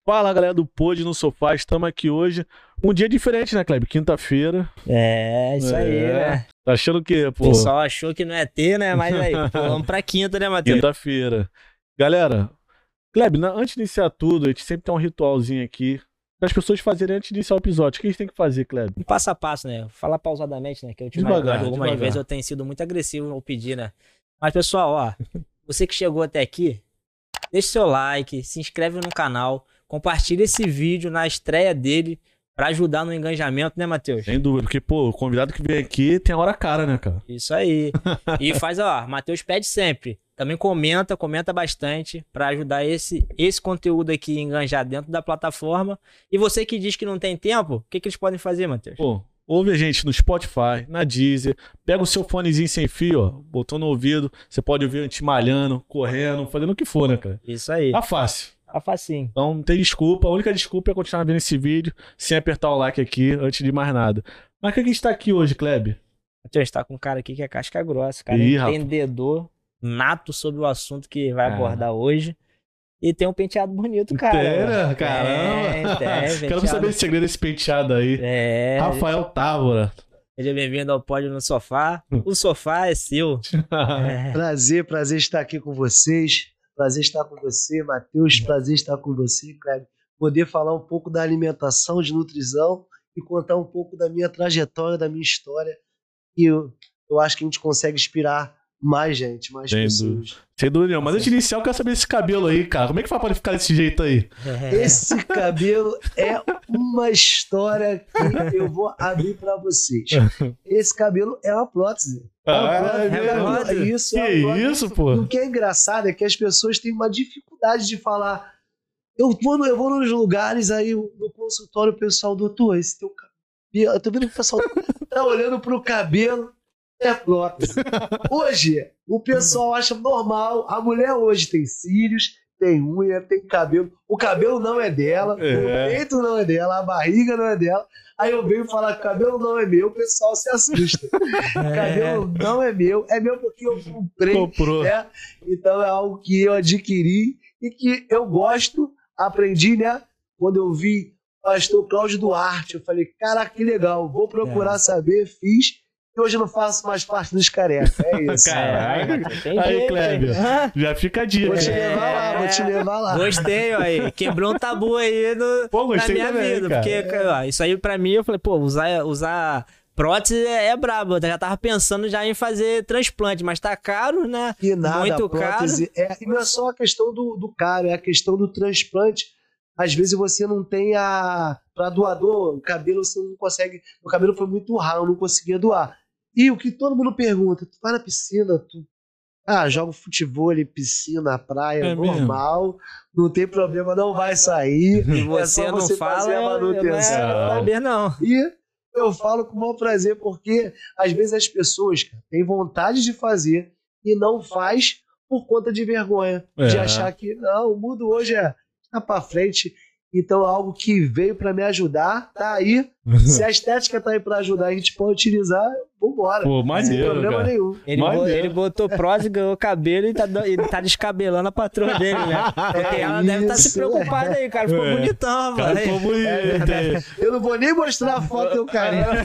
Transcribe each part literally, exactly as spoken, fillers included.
Fala, galera do Pod no Sofá, estamos aqui hoje. Um dia diferente, né, Kleber? Quinta-feira. É, isso é. aí, né? Tá achando o quê, pô? O pessoal achou que não ia ter, né? Mas aí, pô, vamos pra quinta, né, Matheus? Quinta-feira. Galera, Kleber, na- antes de iniciar tudo, a gente sempre tem um ritualzinho aqui para as pessoas fazerem antes de iniciar o episódio. O que a gente tem que fazer, Kleber? Um passo a passo, né? Falar pausadamente, né? Que eu Devagar, algumas devagar. vezes eu tenho sido muito agressivo ao pedir, né? Mas, pessoal, ó, você que chegou até aqui, deixa seu like, se inscreve no canal, compartilha esse vídeo na estreia dele pra ajudar no engajamento, né, Matheus? Sem dúvida, porque, pô, o convidado que vem aqui tem a hora cara, né, cara? Isso aí. E faz, ó, Matheus pede sempre. Também comenta, comenta bastante pra ajudar esse, esse conteúdo aqui a enganjar dentro da plataforma. E você que diz que não tem tempo, o que, que eles podem fazer, Matheus? Pô, ouve a gente no Spotify, na Deezer, pega o seu fonezinho sem fio, ó, botou no ouvido, você pode ouvir a gente malhando, correndo, fazendo o que for, né, cara? Isso aí. Tá fácil. Tá facinho. Então não tem desculpa, a única desculpa é continuar vendo esse vídeo sem apertar o like aqui antes de mais nada. Mas o que a gente tá aqui hoje, Kleber? Matheus, tá com um cara aqui que é casca grossa, cara. Ih, Entendedor, nato sobre o assunto que vai Ah. abordar hoje. E tem um penteado bonito, cara. Pera, caramba. É, tem, Quero penteado. saber o segredo desse penteado aí. É. Rafael Távora. Seja bem-vindo ao Pod no Sofá. O sofá é seu. É. Prazer, prazer estar aqui com vocês. Prazer estar com você, Matheus. Prazer estar com você, Kleber. Poder falar um pouco da alimentação, de nutrição e contar um pouco da minha trajetória, da minha história. E eu, eu acho que a gente consegue inspirar mais gente, mais Sem pessoas. Sem dúvida nenhuma. Mas antes de iniciar, eu quero saber esse cabelo aí, cara. Como é que faz pra ele ficar desse jeito aí? Esse cabelo é uma história que eu vou abrir para vocês. Esse cabelo é uma prótese. É uma Ah, prótese. é Cabelo, verdade? isso, Que é uma prótese. isso, pô? O que é engraçado é que as pessoas têm uma dificuldade de falar. Eu vou, no- eu vou nos lugares, aí no consultório o pessoal, doutor, esse teu cabelo. Eu tô vendo que o pessoal tá olhando pro cabelo, é prótese. Hoje, o pessoal acha normal. A mulher hoje tem cílios, tem unha, tem cabelo. O cabelo não é dela, É. o peito não é dela, a barriga não é dela. Aí eu venho falar que o cabelo não é meu, o pessoal se assusta. O cabelo não é meu, é meu porque eu comprei. Comprou. Né? Então é algo que eu adquiri e que eu gosto, aprendi, né? Quando eu vi o pastor Cláudio Duarte, eu falei, caraca, que legal, vou procurar É. saber, fiz, e hoje eu não faço mais parte dos carecas, é isso. Caraca. Matheus, tem Aí, jeito, Kleber. hein? Hã? Já fica a dica. Vou te É. levar lá, vou te levar lá. Gostei, ó, aí. Quebrou um tabu aí no, Pô, na gostei minha também, vida. cara. Porque, ó, isso aí pra mim, eu falei, pô, usar, usar prótese é, é brabo. Eu já tava pensando já em fazer transplante, mas tá caro, né? E nada, Muito a prótese é, e não é só a questão do, do caro, é a questão do transplante. Às vezes você não tem a... Para doador, o cabelo você não consegue... O cabelo foi muito raro, eu não conseguia doar. E o que todo mundo pergunta, tu vai na piscina, tu... Ah, joga futebol, piscina, praia, É normal, não tem problema, não vai sair. E é você só não você fala, fazer a eu, eu não manutenção. é saber, não. E eu falo com o maior prazer, porque às vezes as pessoas, cara, têm vontade de fazer e não faz por conta de vergonha. De É. achar que, não, o mundo hoje é tá pra frente. Então é algo que veio pra me ajudar, tá aí. Se a estética tá aí pra ajudar, a gente pode utilizar, vambora. Pô, Sem maneiro, problema cara. nenhum. Ele, Maneiro. bo- ele botou prótese, ganhou cabelo e tá, do- ele tá descabelando a patroa dele, né? Porque ela deve estar se isso, preocupada aí, cara. Ficou É. bonitão, Cara, rapaz. ficou bonito. Eu não vou nem mostrar a foto do carinha,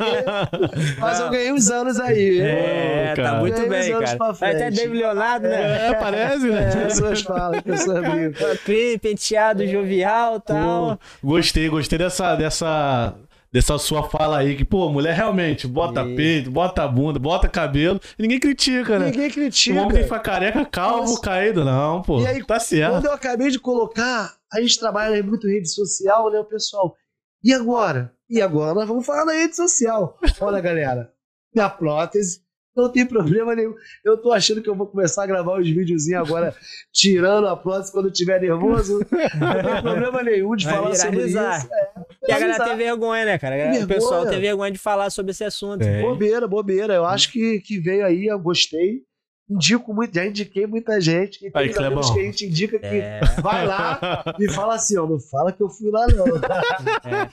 mas eu ganhei uns anos aí. É, Ô, tá cara. muito Ganhei uns bem, anos cara. pra Vai até frente. David Leonardo, né? É, parece, né? As pessoas falam, as pessoas brincam. Cri, penteado jovial e tal. Pô, gostei, gostei dessa, dessa, dessa sua fala aí, que, pô, mulher realmente bota E- peito, bota bunda, bota cabelo, e ninguém critica, né? Ninguém O critica. homem tem que ficar careca, calvo, Nossa. caído, não, pô, E aí, tá certo. Quando eu acabei de colocar, a gente trabalha muito em rede social, né, o pessoal? E agora? E agora nós vamos falar na rede social. Olha, galera, minha prótese, não tem problema nenhum. Eu tô achando que eu vou começar a gravar os videozinhos agora, tirando a prótese quando eu estiver nervoso. Não tem problema nenhum de Vai falar sobre isso. viralizar. É, E a galera viralizar. tem vergonha, né, cara? Tem O pessoal vergonha. tem vergonha de falar sobre esse assunto. É. Bobeira, bobeira. Eu acho que, que veio aí, eu gostei. Indico muito, já indiquei muita gente. E tem Aí, uns amigos Clebão. que a gente indica que É. vai lá e fala assim, ó, não fala que eu fui lá não.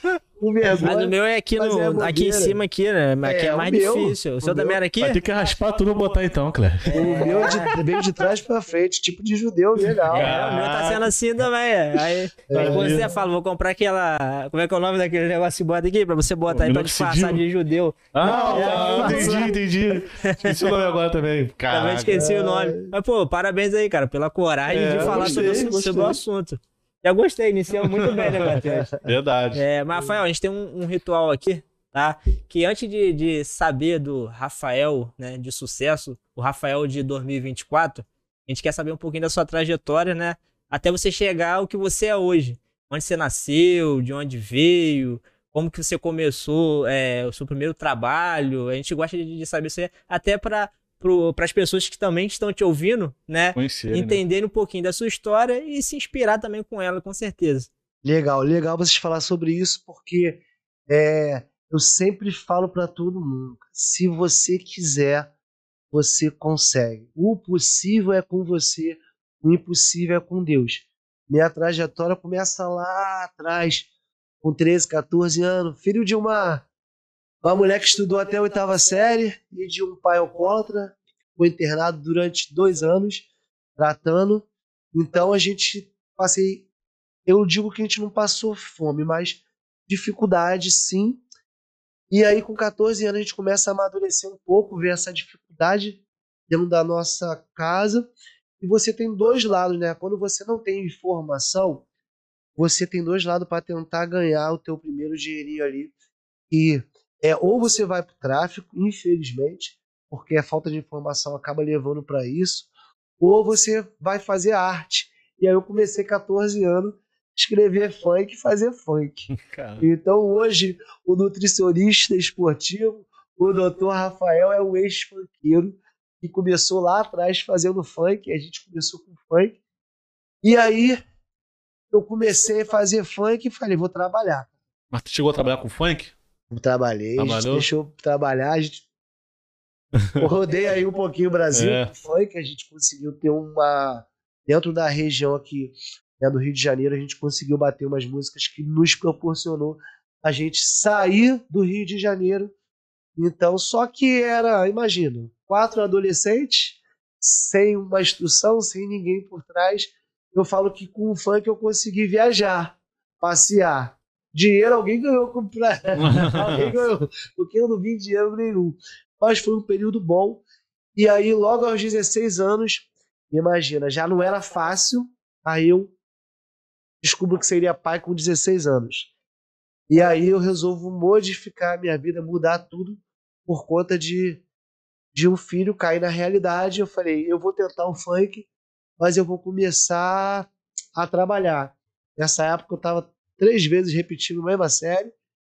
com vergonha. Mas o meu é aqui, Mas é no, aqui em bobeira. cima, aqui, né? Mas aqui É, é o mais meu- difícil. O seu o também meu- era aqui? Vai ter que raspar tudo e botar então, Cléber. O meu é de, veio de trás pra frente, tipo de judeu, legal. É, o meu tá sendo assim também. é. Aí, aí você fala, vou comprar aquela. Como é que é o nome daquele negócio que bota aqui? Pra você botar aí pra disfarçar Minoxidil? de judeu. Ah, É, ah, entendi, entendi. Esqueci o nome agora também. Também Caraca. esqueci o nome. Mas, pô, parabéns aí, cara, pela coragem É, de falar gostei, sobre, o- gostei. sobre o assunto. Eu gostei, iniciamos muito bem, né, Matheus? Verdade. É, mas, Rafael, a gente tem um, um ritual aqui, tá? Que antes de, de saber do Rafael, né, de sucesso, o Rafael de dois mil e vinte e quatro, a gente quer saber um pouquinho da sua trajetória, né? Até você chegar ao que você é hoje. Onde você nasceu, de onde veio, como que você começou é, o seu primeiro trabalho. A gente gosta de, de saber isso aí, até para as pessoas que também estão te ouvindo, né? Conhecer, né? Entenderem um pouquinho da sua história e se inspirar também com ela, com certeza. Legal, legal vocês falar sobre isso, porque é, eu sempre falo pra todo mundo, se você quiser, você consegue. O possível é com você, o impossível é com Deus. Minha trajetória começa lá atrás, com treze, quatorze anos, filho de uma, uma mulher que estudou até a oitava série e de um pai alcoólatra, foi internado durante dois anos, tratando. Então a gente passei, eu digo que a gente não passou fome, mas dificuldade sim. E aí com quatorze anos a gente começa a amadurecer um pouco, ver essa dificuldade dentro da nossa casa. E você tem dois lados, né? Quando você não tem informação, você tem dois lados para tentar ganhar o teu primeiro dinheirinho ali. E é ou você vai para o tráfico, infelizmente, porque a falta de informação acaba levando para isso, ou você vai fazer arte. E aí eu comecei quatorze anos, escrever funk e fazer funk. Cara. Então hoje o nutricionista esportivo, o doutor Rafael, é um ex-funkeiro que começou lá atrás fazendo funk, a gente começou com funk. E aí eu comecei a fazer funk e falei, vou trabalhar. Mas tu chegou a trabalhar com funk? Eu trabalhei, a gente Trabalhou? deixou eu trabalhar, a gente eu rodei aí um pouquinho o Brasil É. com funk, a gente conseguiu ter uma... Dentro da região aqui, né, do Rio de Janeiro, a gente conseguiu bater umas músicas que nos proporcionou a gente sair do Rio de Janeiro. Então, só que era, imagina, quatro adolescentes, sem uma instrução, sem ninguém por trás. Eu falo que com o funk eu consegui viajar, passear. Dinheiro alguém ganhou, comprar. Alguém ganhou, porque eu não vi dinheiro nenhum. Mas foi um período bom. E aí, logo aos dezesseis anos, imagina, já não era fácil, aí eu descubro que seria pai com dezesseis anos. E aí eu resolvo modificar a minha vida, mudar tudo, por conta de, de um filho cair na realidade. Eu falei, eu vou tentar o funk, mas eu vou começar a trabalhar. Nessa época eu estava três vezes repetindo a mesma série.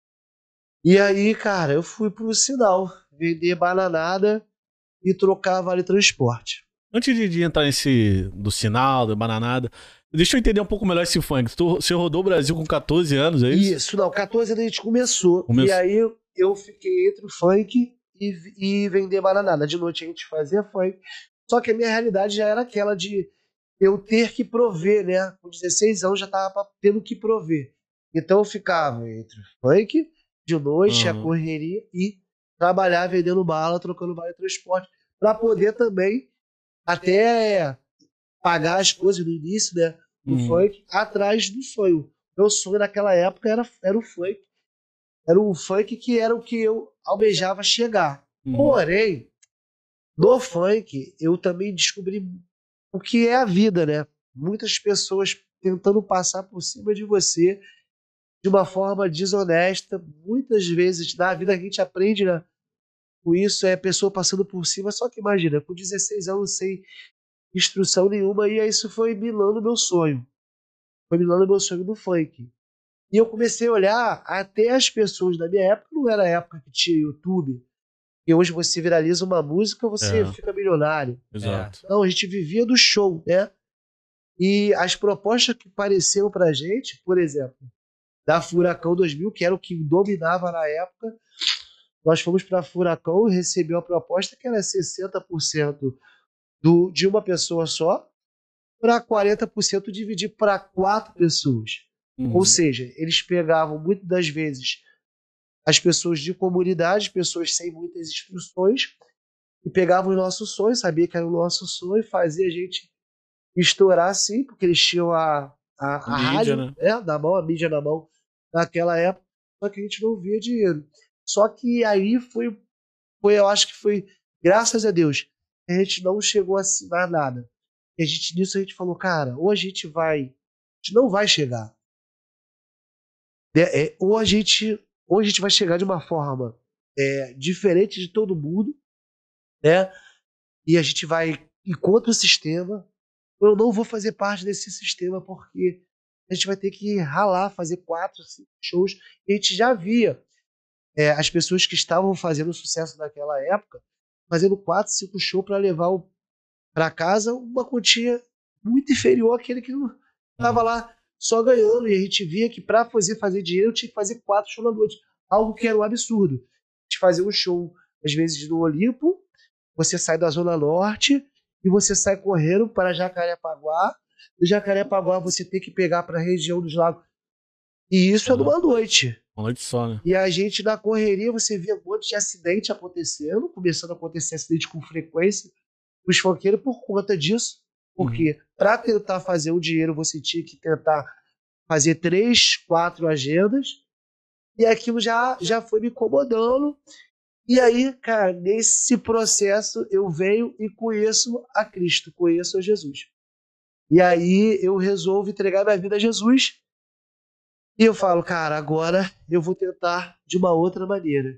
E aí, cara, eu fui pro sinal, vender bananada e trocar vale transporte. Antes de, de entrar nesse do sinal, da bananada, deixa eu entender um pouco melhor esse funk. Tu, você rodou o Brasil com quatorze anos, é isso? Isso, não, quatorze anos a gente começou. Começou. E aí eu fiquei entre o funk e, e vender bananada. De noite a gente fazia funk. Só que a minha realidade já era aquela de eu ter que prover, né? Com dezesseis anos já tava tendo que prover. Então eu ficava entre o funk, de noite, Uhum. a correria e trabalhar vendendo bala, trocando vale transporte, para poder também até pagar as coisas no início, né? Do Uhum. funk, atrás do sonho. Meu sonho naquela época era, era o funk. Era o funk que era o que eu almejava chegar. Uhum. Porém, no funk, eu também descobri o que é a vida, né? Muitas pessoas tentando passar por cima de você de uma forma desonesta. Muitas vezes na vida a gente aprende, né? Com isso, é a pessoa passando por cima. Só que imagina, com dezesseis anos, sem instrução nenhuma, e isso foi minando meu sonho. Foi minando meu sonho no funk. E eu comecei a olhar até as pessoas da minha época, não era a época que tinha YouTube, e hoje você viraliza uma música, você É. fica milionário. Exato. Não, a gente vivia do show, né? E as propostas que apareceram pra gente, por exemplo, da Furacão dois mil, que era o que dominava na época, nós fomos pra Furacão e recebeu a proposta que era sessenta por cento do, de uma pessoa só, para quarenta por cento dividir para quatro pessoas. Uhum. Ou seja, eles pegavam muitas das vezes as pessoas de comunidade, pessoas sem muitas instruções, e pegavam os nossos sonhos, sabia que era o nosso sonho, e fazia a gente estourar assim, porque eles tinham a, a, A a mídia, rádio né? né, na mão, a mídia na mão naquela época, só que a gente não via dinheiro. Só que aí foi, foi eu acho que foi, graças a Deus, a gente não chegou a assinar nada. E a gente, nisso a gente falou, cara, ou a gente vai, a gente não vai chegar. É, é, ou, a gente, ou a gente vai chegar de uma forma é, diferente de todo mundo, né? E a gente vai ir contra o sistema. Ou eu não vou fazer parte desse sistema porque a gente vai ter que ralar, fazer quatro, cinco shows. E a gente já via é, as pessoas que estavam fazendo sucesso naquela época fazendo quatro, cinco shows para levar para casa uma quantia muito inferior àquele que não estava Uhum. lá só ganhando. E a gente via que para fazer, fazer dinheiro tinha que fazer quatro shows na noite. Algo que era um absurdo. A gente fazia um show, às vezes, no Olimpo, você sai da Zona Norte e você sai correndo para Jacarepaguá. Do Jacarepaguá você tem que pegar para a região dos lagos. E isso é Ah, numa noite. uma noite só, né? E a gente na correria, você via um monte de acidente acontecendo, começando a acontecer acidente com frequência, os funkeiros por conta disso. Uhum. Porque para tentar fazer o dinheiro, você tinha que tentar fazer três, quatro agendas. E aquilo já, já foi me incomodando. E aí, cara, nesse processo eu venho e conheço a Cristo, conheço a Jesus. E aí eu resolvo entregar minha vida a Jesus. E eu falo, cara, agora eu vou tentar de uma outra maneira.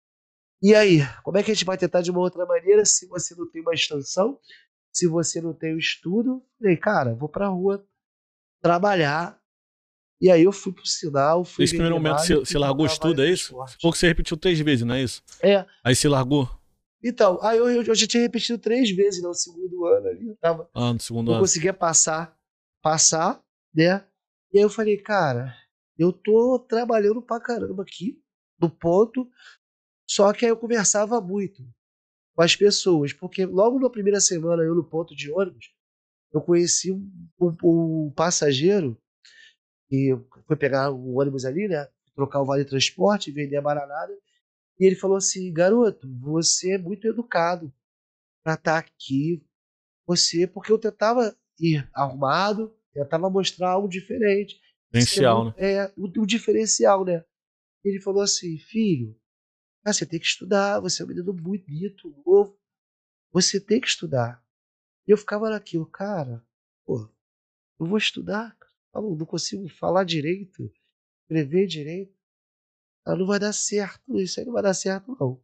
E aí, como é que a gente vai tentar de uma outra maneira se você não tem uma instrução, se você não tem o estudo? Falei, cara, vou pra rua trabalhar. E aí eu fui pro sinal, fui Nesse primeiro vender momento vale você, e você fui largou o comprar vale estudo, é isso? transporte. Ou que você repetiu três vezes, não é isso? É, Aí você largou? então, aí eu, eu, eu já tinha repetido três vezes no segundo ano ali, eu tava, Ah, no segundo não ano. conseguia passar, passar, né? E aí eu falei, cara, eu tô trabalhando pra caramba aqui, no ponto, só que aí eu conversava muito com as pessoas, porque logo na primeira semana eu no ponto de ônibus, eu conheci um, um, um passageiro que foi pegar o ônibus ali, né? Trocar o vale transporte, vender a bananada, e ele falou assim, garoto, você é muito educado pra estar aqui, você, porque eu tentava ir arrumado, tentava mostrar algo diferente, ser Diferencial, muito, né? é, o, o diferencial, né? Ele falou assim, filho, ah, você tem que estudar, você é um menino muito bonito, novo, você tem que estudar. E eu ficava naquilo, cara, pô, eu vou estudar, eu não consigo falar direito, escrever direito, ah, não vai dar certo, isso aí não vai dar certo não.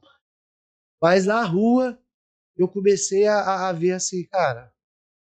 Mas na rua, eu comecei a, a ver assim, cara,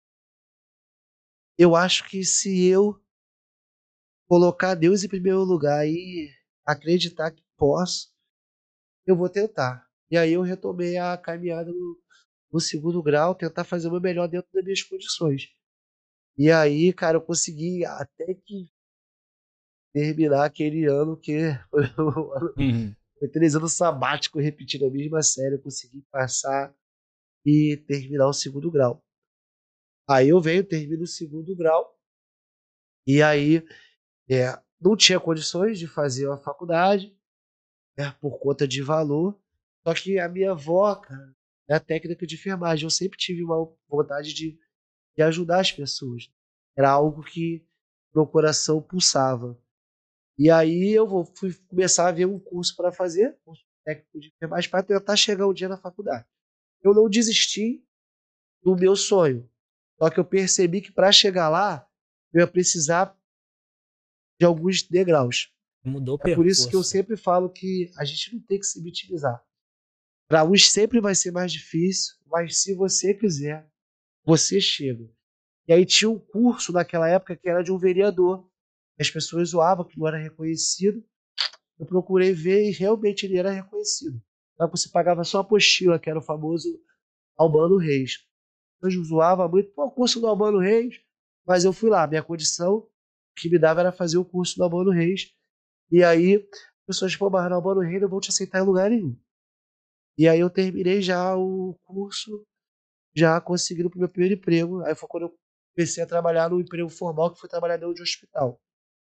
eu acho que se eu colocar Deus em primeiro lugar e acreditar que posso, eu vou tentar. E aí eu retomei a caminhada no, no segundo grau, tentar fazer o meu melhor dentro das minhas condições. E aí, cara, eu consegui até que terminar aquele ano que foi, o ano- Uhum. foi três anos sabático repetindo a mesma série, eu consegui passar e terminar o segundo grau. Aí eu venho, termino o segundo grau, e aí é, não tinha condições de fazer a faculdade, né, por conta de valor. Só que a minha avó, cara, é a técnica de enfermagem. Eu sempre tive uma vontade de, de ajudar as pessoas. Era algo que meu coração pulsava. E aí eu vou, fui começar a ver um curso para fazer, curso técnico de enfermagem, para tentar chegar um dia na faculdade. Eu não desisti do meu sonho. Só que eu percebi que para chegar lá, eu ia precisar de alguns degraus. Mudou o É por isso que eu percurso. sempre falo que a gente não tem que se vitimizar. Para uns sempre vai ser mais difícil, mas se você quiser, você chega. E aí tinha um curso naquela época que era de um vereador. As pessoas zoavam que não era reconhecido. Eu procurei ver e realmente ele era reconhecido. Então você pagava só a apostila, que era o famoso Albano Reis. Eu zoava muito, pô, o curso do Albano Reis, mas eu fui lá, minha condição que me dava era fazer o curso do Albano Reis. E aí, as pessoas, pô, mas no Albano Reis não vão te aceitar em lugar nenhum. E aí eu terminei já o curso, já conseguindo o meu primeiro emprego. Aí foi quando eu comecei a trabalhar no emprego formal, que foi trabalhar dentro de um hospital.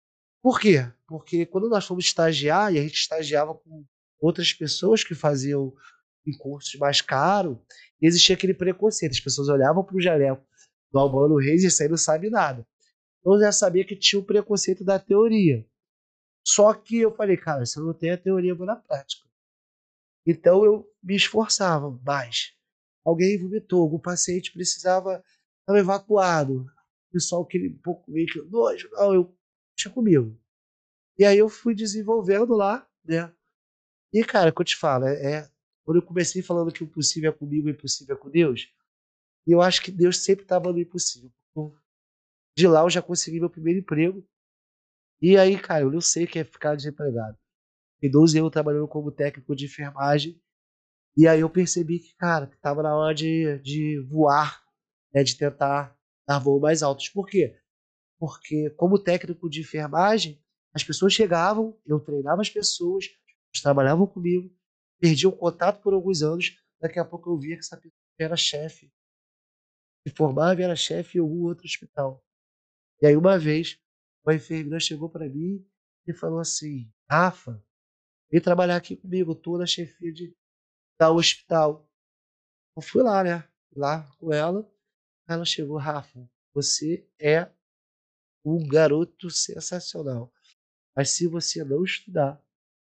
Por quê? Porque quando nós fomos estagiar, e a gente estagiava com outras pessoas que faziam em cursos mais caros, existia aquele preconceito. As pessoas olhavam para o jaleco do Albano Reis e esse aí não sabe nada. Então eu já sabia que tinha o preconceito da teoria. Só que eu falei, cara, se eu não tenho a teoria, eu vou na prática. Então eu me esforçava mais. Alguém vomitou, algum paciente precisava estar evacuado. O pessoal queria um pouco meio que nojo. Não, eu tinha comigo. E aí eu fui desenvolvendo lá, né? E, cara, que eu te falo, é, é, quando eu comecei falando que o possível é comigo e o impossível é com Deus, e eu acho que Deus sempre estava no impossível. De lá eu já consegui meu primeiro emprego. E aí, cara, eu não sei o que é ficar desempregado. Fiquei doze anos trabalhando como técnico de enfermagem. E aí eu percebi que, cara, que tava na hora de, de voar, né, de tentar dar voos mais altos. Por quê? Porque como técnico de enfermagem, as pessoas chegavam, eu treinava as pessoas, eles trabalhavam comigo, perdiam contato por alguns anos, daqui a pouco eu via que essa pessoa era chefe. Se formava e era chefe em algum outro hospital. E aí uma vez, uma enfermeira chegou para mim e falou assim, Rafa, vem trabalhar aqui comigo, eu tô na chefia de tal hospital. Eu fui lá, né? Lá com ela. Ela chegou, Rafa, você é um garoto sensacional. Mas se você não estudar,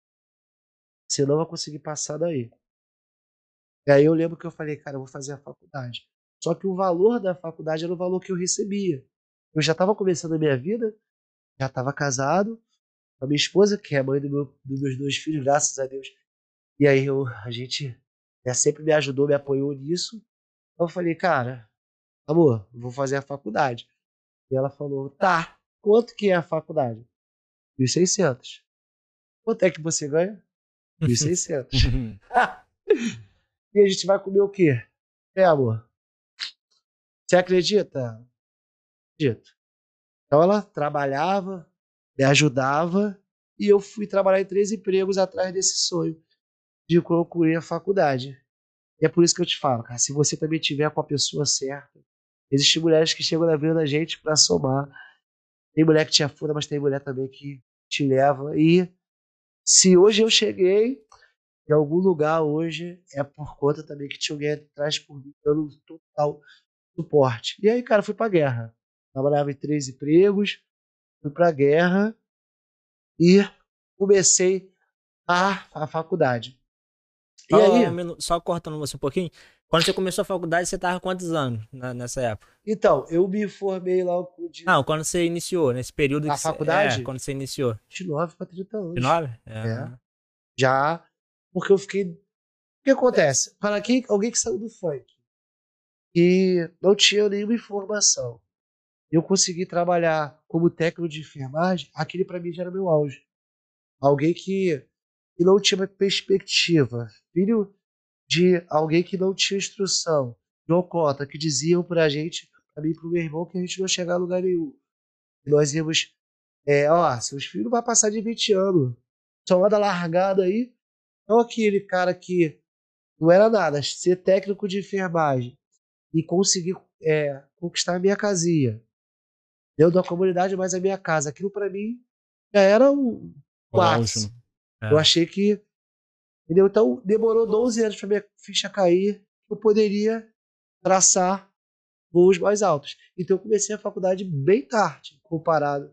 você não vai conseguir passar daí. E aí eu lembro que eu falei, cara, eu vou fazer a faculdade. Só que o valor da faculdade era o valor que eu recebia. Eu já estava começando a minha vida, já estava casado com a minha esposa, que é a mãe do meu, dos meus dois filhos, graças a Deus. E aí eu, a gente ela sempre me ajudou, me apoiou nisso. Então eu falei, cara, amor, eu vou fazer a faculdade. E ela falou, tá, quanto que é a faculdade? mil e seiscentos. Quanto é que você ganha? mil e seiscentos. E a gente vai comer o quê? É, amor. Você acredita? Acredito. Então ela trabalhava, me ajudava, e eu fui trabalhar em três empregos atrás desse sonho de concluir a faculdade. E é por isso que eu te falo, cara, se você também tiver com a pessoa certa, existem mulheres que chegam na vida da gente para somar. Tem mulher que te afunda, mas tem mulher também que te leva. E se hoje eu cheguei em algum lugar hoje, é por conta também que tinha alguém atrás por mim, dando total suporte. E aí, cara, fui pra guerra. Trabalhava em três empregos, fui pra guerra e comecei a, a faculdade. E Só, aí? um minu- só cortando você um pouquinho. Quando você começou a faculdade, você tava quantos anos na- nessa época? Então, eu me formei lá com de Não, quando você iniciou, nesse período A que você- faculdade? é, quando você iniciou. vinte e nove para trinta anos. De nove? É. Já, porque eu fiquei. O que acontece? Para quem, alguém que saiu do funk e não tinha nenhuma informação, eu consegui trabalhar como técnico de enfermagem, aquele para mim já era meu auge. Alguém que, que não tinha uma perspectiva, filho de alguém que não tinha instrução, João Cota, que diziam pra gente, pra mim e pro meu irmão, que a gente não ia chegar a lugar nenhum. E nós íamos, é, ó, seus filhos não vão passar de vinte anos, só anda largado aí. Então aquele cara que não era nada, ser técnico de enfermagem e conseguir é, conquistar a minha casinha, dentro da comunidade, mas a minha casa, aquilo pra mim já era um ápice. É. Eu achei que, entendeu? Então demorou doze anos pra minha ficha cair, eu poderia traçar voos mais altos. Então eu comecei a faculdade bem tarde, comparado,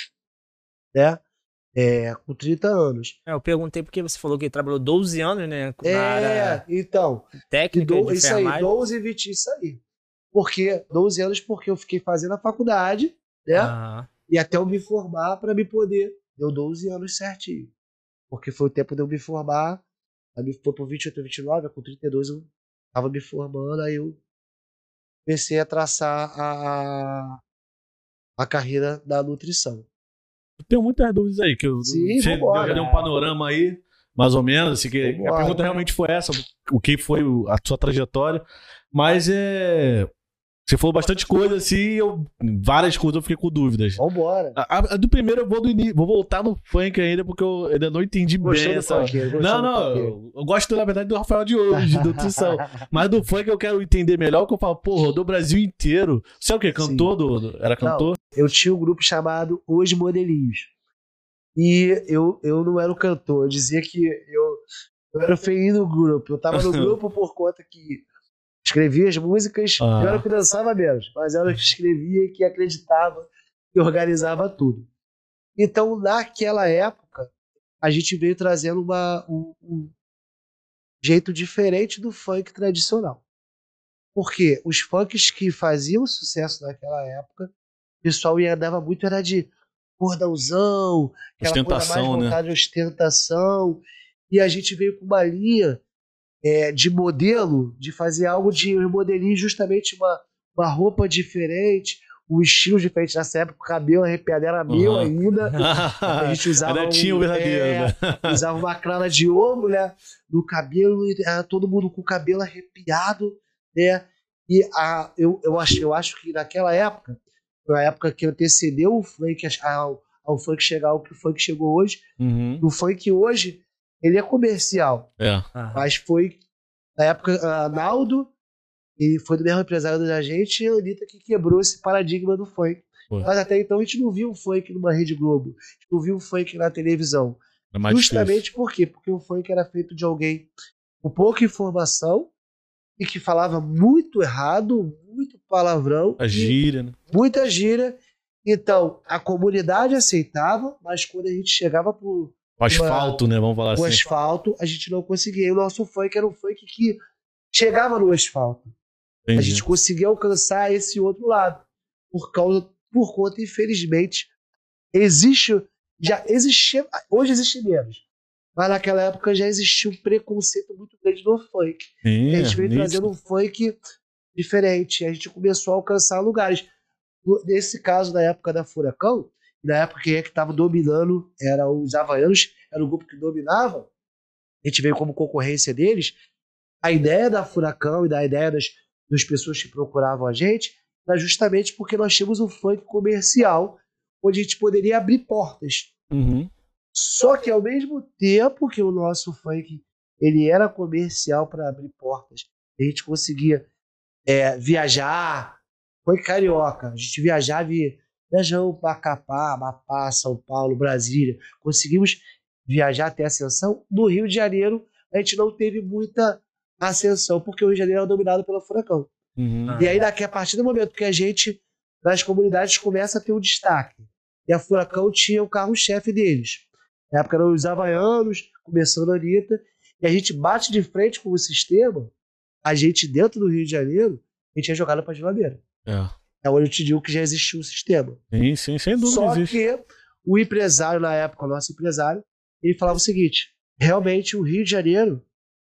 né? É, com trinta anos. É, eu perguntei porque você falou que trabalhou doze anos, né? Na É, área então, técnica do, de isso aí, enfermagem. doze e vinte, isso aí. Porque, doze anos porque eu fiquei fazendo a faculdade, né? Aham. E até eu me formar para me poder. Deu doze anos certinho. Porque foi o tempo de eu me formar. Aí foi por vinte e oito, vinte e nove, com trinta e dois eu tava me formando, aí eu comecei a traçar a, a carreira da nutrição. Eu tenho muitas dúvidas aí, que eu, Sim, você vambora. já deu um panorama aí, mais ou menos, assim, que a Vambora. pergunta realmente foi essa, o que foi o- a sua trajetória, mas é... Você falou bastante coisa, assim, eu, várias coisas eu fiquei com dúvidas. Vambora. A, a- a do primeiro eu vou do início, vou voltar no funk ainda, porque eu ainda não entendi Gostou bem do essa... funkeiro, gostou Não, do não, funkeiro. eu, eu gosto, na verdade, do Rafael de hoje, de nutrição. Mas do funk eu quero entender melhor, que eu falo, pô, rodou o Brasil inteiro. Você é o quê? Cantor? Do, do- era cantor? Eu tinha um grupo chamado Os Modelinhos. E eu, eu não era o cantor. Eu dizia que eu, eu era o feinho do grupo. Eu tava no grupo por conta que escrevia as músicas. Ah. Eu era o que dançava menos, mas eu era o que escrevia e que acreditava e organizava tudo. Então, naquela época, a gente veio trazendo uma, um, um jeito diferente do funk tradicional. Porque os funks que faziam sucesso naquela época, o pessoal ia andava muito, era de cordãozão, aquela coisa mais Ostentação, né? voltada à ostentação. E a gente veio com uma linha é, de modelo, de fazer algo de remodelinho, justamente uma, uma roupa diferente, um estilo diferente. Nessa época, o cabelo arrepiado era meu Uhum. ainda. A gente usava, Ainda tinha o um, verdadeiro, é, né? usava uma crana de ouro, né, no cabelo, e era todo mundo com o cabelo arrepiado, né? E a, eu, eu, acho, eu acho que naquela época, foi a época que antecedeu o funk ao, ao funk chegar ao que o funk chegou hoje. Uhum. O funk hoje, ele é comercial, É. mas foi na época a Naldo, e foi do mesmo empresário da gente, e a Anitta que quebrou esse paradigma do funk. Foi. Mas até então a gente não viu o funk numa Rede Globo, a gente não viu o funk na televisão. É mais Justamente difícil. por quê? Porque o funk era feito de alguém com pouca informação e que falava muito errado, muito palavrão, A e gíria, né? muita gíria. Então, a comunidade aceitava, mas quando a gente chegava pro, O asfalto, né? Vamos falar pro assim. asfalto, a gente não conseguia. E o nosso funk era um funk que chegava no asfalto. Entendi. A gente conseguia alcançar esse outro lado. Por causa, por conta, infelizmente, existe, já existia, hoje existe menos. Mas naquela época já existia um preconceito muito grande no funk. Sim, E a gente veio nítido. trazendo um funk diferente. A gente começou a alcançar lugares. Nesse caso, na época da Furacão, na época quem é que estava dominando era os Havaianos, era o grupo que dominava. A gente veio como concorrência deles. A ideia da Furacão e da ideia das, das pessoas que procuravam a gente era justamente porque nós tínhamos um funk comercial onde a gente poderia abrir portas. Uhum. Só que ao mesmo tempo que o nosso funk ele era comercial para abrir portas, a gente conseguia é, viajar, foi carioca, a gente viajava e viajamos para Macapá, Amapá, São Paulo, Brasília, conseguimos viajar até Ascensão. No Rio de Janeiro a gente não teve muita ascensão, porque o Rio de Janeiro era dominado pelo Furacão. Uhum. E aí daqui a partir do momento que a gente, nas comunidades, começa a ter um destaque, e a Furacão tinha o carro-chefe deles. Na época eram os Havaianos, começando a Anitta, e a gente bate de frente com o sistema, a gente dentro do Rio de Janeiro, a gente é jogado para a geladeira. É. É onde eu te digo que já existiu um sistema. Sim, sim, sem dúvida Só existe. que o empresário, na época, o nosso empresário, ele falava o seguinte: realmente o Rio de Janeiro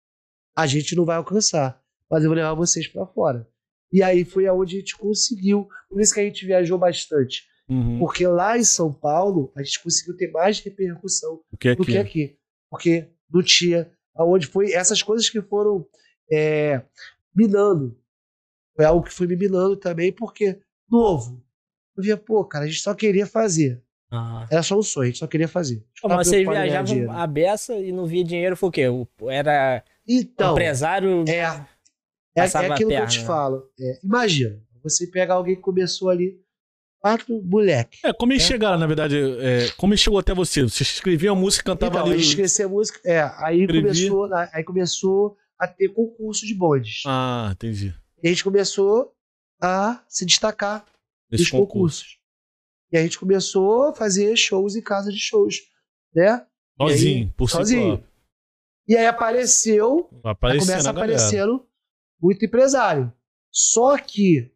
a gente não vai alcançar, mas eu vou levar vocês para fora. E aí foi aonde a gente conseguiu. Por isso que a gente viajou bastante. Uhum. Porque lá em São Paulo a gente conseguiu ter mais repercussão O que é do que que aqui. Porque não tinha aonde foi essas coisas que foram é, minando. Foi algo que foi me minando também, porque novo. Eu via, pô, cara, a gente só queria fazer. Ah. Era só um sonho, a gente só queria fazer. Pô, mas vocês viajavam a beça e não via dinheiro, foi o quê? O- Era Então, empresário. é, é, é Passava aquilo a que eu perna, te né? falo. É, imagina, você pega alguém que começou ali, quatro moleque. É, como eles É. chegaram, na verdade, é, como eles chegou até você? Você escrevia a música e cantava Então, a ali. gente esquecia a música. É, aí Escrevia. começou, aí começou a ter concurso de bondes. Ah, entendi. E a gente começou a se destacar Esse nos concurso. concursos. E a gente começou a fazer shows em casa de shows, né? Sozinho, E aí, por si sozinho. próprio. E aí apareceu, aí Aparecendo começa a galera. aparecendo muito empresário. Só que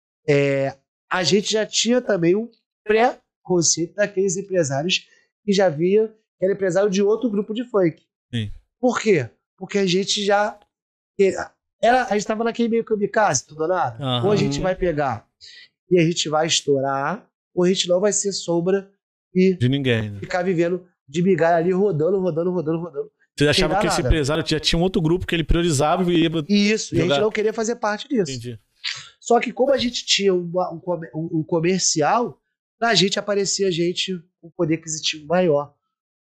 é, a gente já tinha também um pré-conceito daqueles empresários que já via que era empresário de outro grupo de funk. Sim. Por quê? Porque a gente já era, a gente estava naquele meio kamikaze, tudo ou nada. Aham. Ou a gente vai pegar e a gente vai estourar, ou a gente não vai ser sombra e De ninguém, né? ficar vivendo de migalha ali, rodando, rodando, rodando, rodando. Você achava dá que esse nada. empresário já tinha um outro grupo que ele priorizava e ia. E isso, e a Jogar- gente não queria fazer parte disso. Entendi. Só que como a gente tinha uma- um, comer- um- um comercial, na gente aparecia gente com poder aquisitivo maior.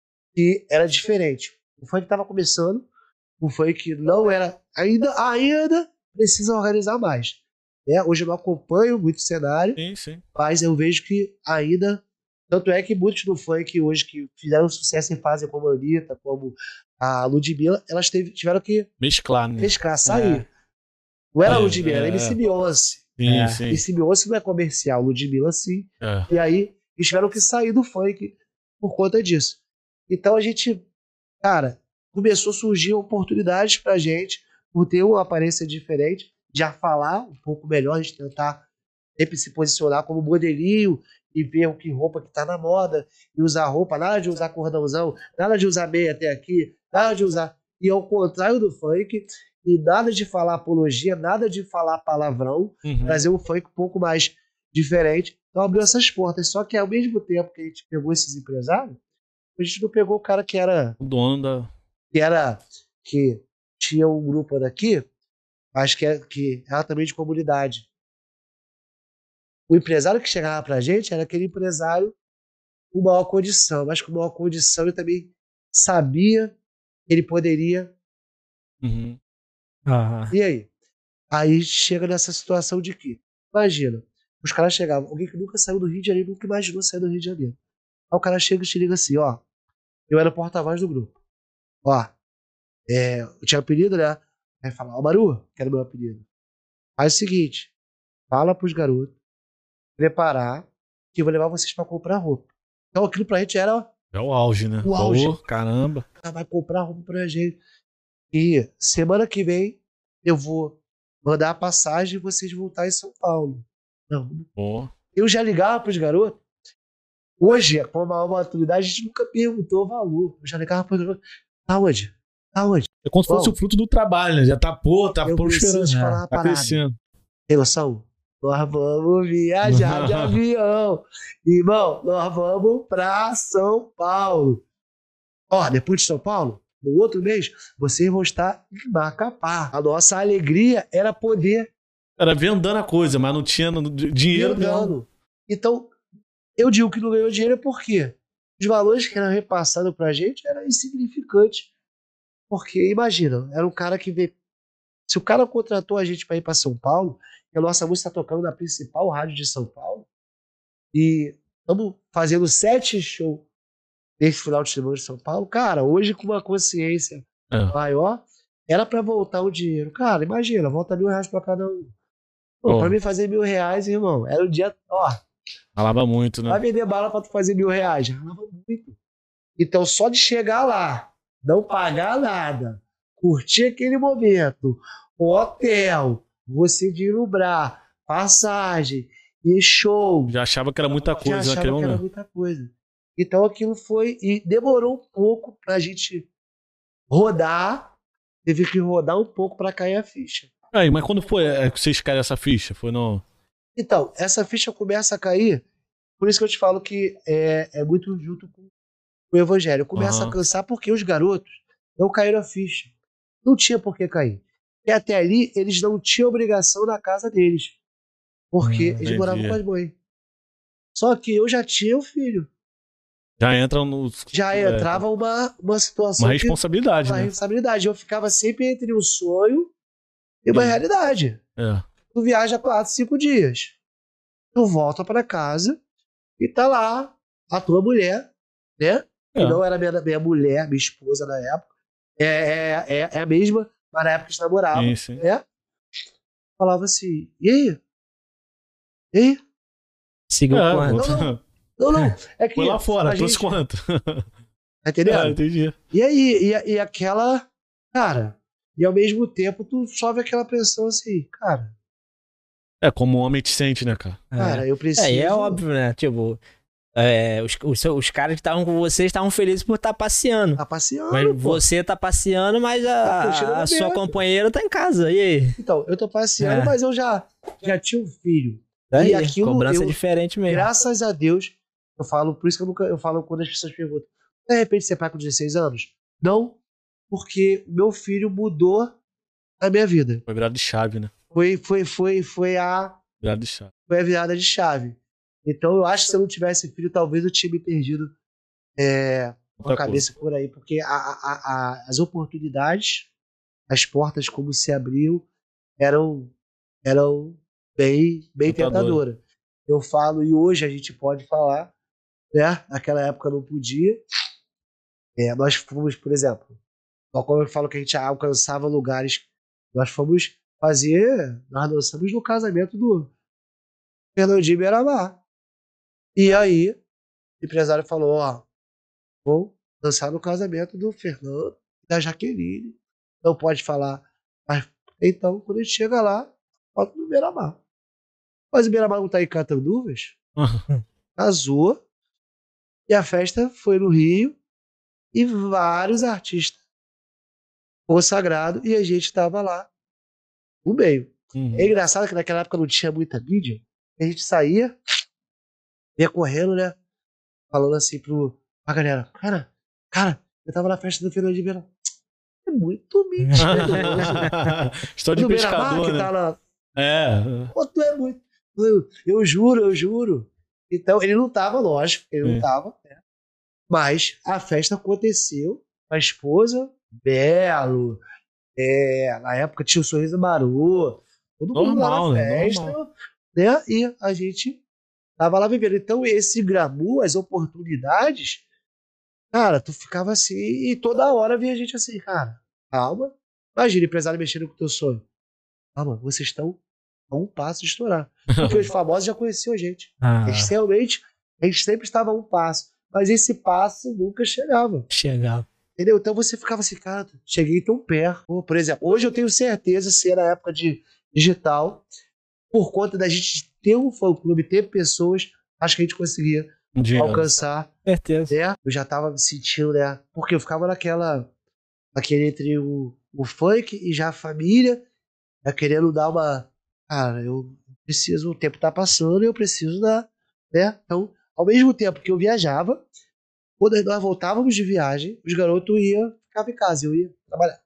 E era diferente. O funk estava começando, o funk não era... Ainda, ainda precisa organizar mais. Né? Hoje eu não acompanho muito o cenário, Sim, sim. mas eu vejo que ainda Tanto é que muitos do funk hoje que fizeram sucesso e fazem como a Anitta, como a Ludmilla, elas teve, tiveram que Mesclar, né? mesclar, sair. Não era a É, Ludmilla, era a é. M C Beyoncé. Sim, É. sim. M C Beyoncé não é comercial, Ludmilla sim. É. E aí, eles tiveram que sair do funk por conta disso. Então a gente, cara, começou a surgir oportunidades pra gente, por ter uma aparência diferente, já falar um pouco melhor, a gente tentar sempre se posicionar como modelinho e ver o que roupa que tá na moda, e usar roupa, nada de usar cordãozão, nada de usar meia até aqui, nada de usar. E ao contrário do funk, e nada de falar apologia, nada de falar palavrão, Uhum. trazer um funk um pouco mais diferente. Então abriu essas portas. Só que ao mesmo tempo que a gente pegou esses empresários, a gente não pegou o cara que era O dono da. que era que tinha um grupo daqui, acho que é que era também de comunidade. O empresário que chegava pra gente era aquele empresário com maior condição, mas com maior condição ele também sabia que ele poderia. Uhum. Aham. E aí? Aí chega nessa situação de que, imagina, os caras chegavam, alguém que nunca saiu do Rio de Janeiro, nunca imaginou sair do Rio de Janeiro. Aí o cara chega e te liga assim, ó, eu era porta-voz do grupo. Ó, é, eu tinha apelido, né? Aí fala, ó, Maru, que era o meu apelido. Faz o seguinte, fala pros garotos preparar que eu vou levar vocês pra comprar roupa. Então aquilo pra gente era, ó, É o auge, né? O auge. Pô, caramba. "Ah, vai comprar roupa pra gente. E semana que vem eu vou mandar a passagem e vocês voltar em São Paulo. Não, Pô. eu já ligava pros garotos. Hoje, com a maior maturidade, a gente nunca perguntou o valor. Eu já ligava pros garotos. Tá onde? Tá onde? É como se fosse Bom, o fruto do trabalho, né? Já tá, pô, tá eu preciso prosperando. te né? falar uma Tá parada. crescendo. Tem noção? Nós vamos viajar de avião. Irmão, nós vamos pra São Paulo. Ó, depois de São Paulo, no outro mês, vocês vão estar em Macapá. A nossa alegria era poder Era vendando a coisa, mas não tinha no- di- dinheiro ir não. dando. Então, eu digo que não ganhou dinheiro porque os valores que eram repassados pra gente eram insignificantes. Porque, imagina, era um cara que veio. Se o cara contratou a gente para ir para São Paulo, e a nossa música está tocando na principal rádio de São Paulo, e estamos fazendo sete shows nesse final de semana de São Paulo, cara, hoje com uma consciência É. maior, era para voltar o dinheiro. Cara, imagina, volta mil reais para cada um. Pô, Pô. pra mim fazer mil reais, irmão, era o dia. Ó, Falava muito, né? vai vender bala pra tu fazer mil reais. Já falava muito. Então, só de chegar lá, não pagar nada, curtir aquele momento, hotel, você deslumbrar, passagem e show. Já achava que era muita Já coisa achava naquele que era momento. muita coisa. Então aquilo foi. E demorou um pouco pra gente rodar. Teve que rodar um pouco pra cair a ficha. Aí, mas quando foi é, que vocês caíram essa ficha? Foi no. Então, essa ficha começa a cair. Por isso que eu te falo que é, é muito junto com o evangelho. Começa Aham. a cansar porque os garotos não caíram a ficha. Não tinha por que cair. E até ali eles não tinham obrigação na casa deles. Porque Hum, eles entendi. moravam com as mães. Só que eu já tinha um filho. Já entra no. Já é, entrava uma, uma situação. uma que- responsabilidade, uma né? responsabilidade. Eu ficava sempre entre um sonho e uma Sim. realidade. É. Tu viaja quatro, cinco dias. Tu volta pra casa e tá lá a tua mulher, né? Que É. não era minha, minha mulher, minha esposa na época. É, é, é, é a mesma, mas na época eles namoravam, Sim, sim. né? Falava assim, e aí? E aí? Seguiu É, quanto? vou- Não, Não, não. É que Foi lá fora, a trouxe gente, quanto? tá entendendo? É, entendi. E aí, e, e aquela, cara, e ao mesmo tempo tu sofre aquela pressão assim, cara, É, como o homem te sente, né, cara? cara, eu preciso. É, e é óbvio, né? Tipo, é, os, os, seus- os caras que estavam com vocês estavam felizes por estar passeando. Tá passeando, Mas pô. você tá passeando, mas Tá a, curtindo o a sua momento. companheira tá em casa. E aí? Então, eu tô passeando, É. mas eu já, já tinha um filho. Daí, E aquilo cobrança eu- diferente mesmo. Graças a Deus, eu falo, por isso que eu nunca, eu falo quando as pessoas perguntam, de repente você é pai com dezesseis anos? Não, porque o meu filho mudou a minha vida. Foi virada de chave, né? Foi, foi, foi, foi a, Virada de chave. foi a virada de chave. Então eu acho que se eu não tivesse filho, talvez eu tinha me perdido é, com a Outra cabeça por aí, porque a, a, a, as oportunidades, as portas como se abriu, eram, eram bem, bem Tentadora. tentadoras. Eu falo, e hoje a gente pode falar né? Naquela época não podia. É, nós fomos, por exemplo, como eu falo que a gente alcançava lugares, nós fomos fazer, nós dançamos no casamento do Fernandinho Beiramar. E aí, o empresário falou, ó, vou dançar no casamento do Fernando e da Jaqueline. Não pode falar. Mas, então, quando a gente chega lá, bota no Beiramar. Mas o Beiramar não tá em Catanduvas. Casou. E a festa foi no Rio. E vários artistas consagrados. E a gente tava lá no meio. Uhum. É engraçado que naquela época não tinha muita mídia. A gente saía, ia correndo, né? Falando assim pro, pra galera. Cara, cara, eu tava na festa do Fernando de Beira. É muito mentiroso. História de do Beiramar, pescador, que né? tá lá. É. Pô, tu é muito. Eu, eu juro, eu juro. Então, ele não tava, lógico, ele não É. tava, né? Mas a festa aconteceu. A esposa, Belo, é, na época tinha o Sorriso Maru, todo mundo lá Normal, na né? festa, Normal. né? E a gente tava lá vivendo. Então, esse glamour, as oportunidades, cara, tu ficava assim, e toda hora vinha gente assim, cara, calma. Imagina, empresário mexendo com o teu sonho. Calma, vocês estão a um passo de estourar. Porque os famosos já conheciam a gente. Ah, A gente realmente, a gente sempre estava a um passo. Mas esse passo nunca chegava. chegava. Entendeu? Então você ficava assim, cara, cheguei tão perto. Pô, por exemplo, hoje eu tenho certeza, se era na época de digital, por conta da gente ter um fã-clube, ter pessoas, acho que a gente conseguia Dinheiro. alcançar, Certeza. né? Eu já tava me sentindo, né? Porque eu ficava naquela, naquele entre o, o funk e já a família, né? Querendo dar uma, cara, eu preciso, o tempo tá passando e eu preciso dar, né? Então, ao mesmo tempo que eu viajava, quando nós voltávamos de viagem, os garotos iam, ficavam em casa, eu ia trabalhar.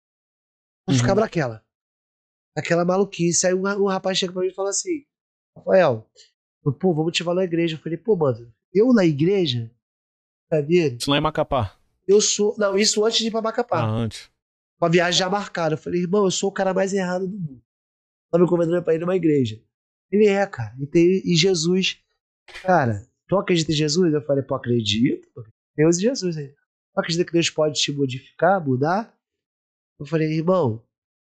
Eu Uhum. ficava naquela, naquela maluquice. Aí um, um rapaz chega pra mim e fala assim, Rafael, pô, vamos te levar na igreja. Eu falei, pô, mano, eu na igreja, sabia? Isso não é Macapá. Eu sou, não, isso antes de ir pra Ah, Macapá, antes. com a viagem já marcada. Eu falei, irmão, eu sou o cara mais errado do mundo. Tá me convidando pra ir numa igreja. Ele é, cara, e, tem, e Jesus, cara, tu acredita em Jesus? Eu falei, pô, acredito, Deus e Jesus aí. Tu acredita que Deus pode te modificar, mudar? Eu falei, irmão,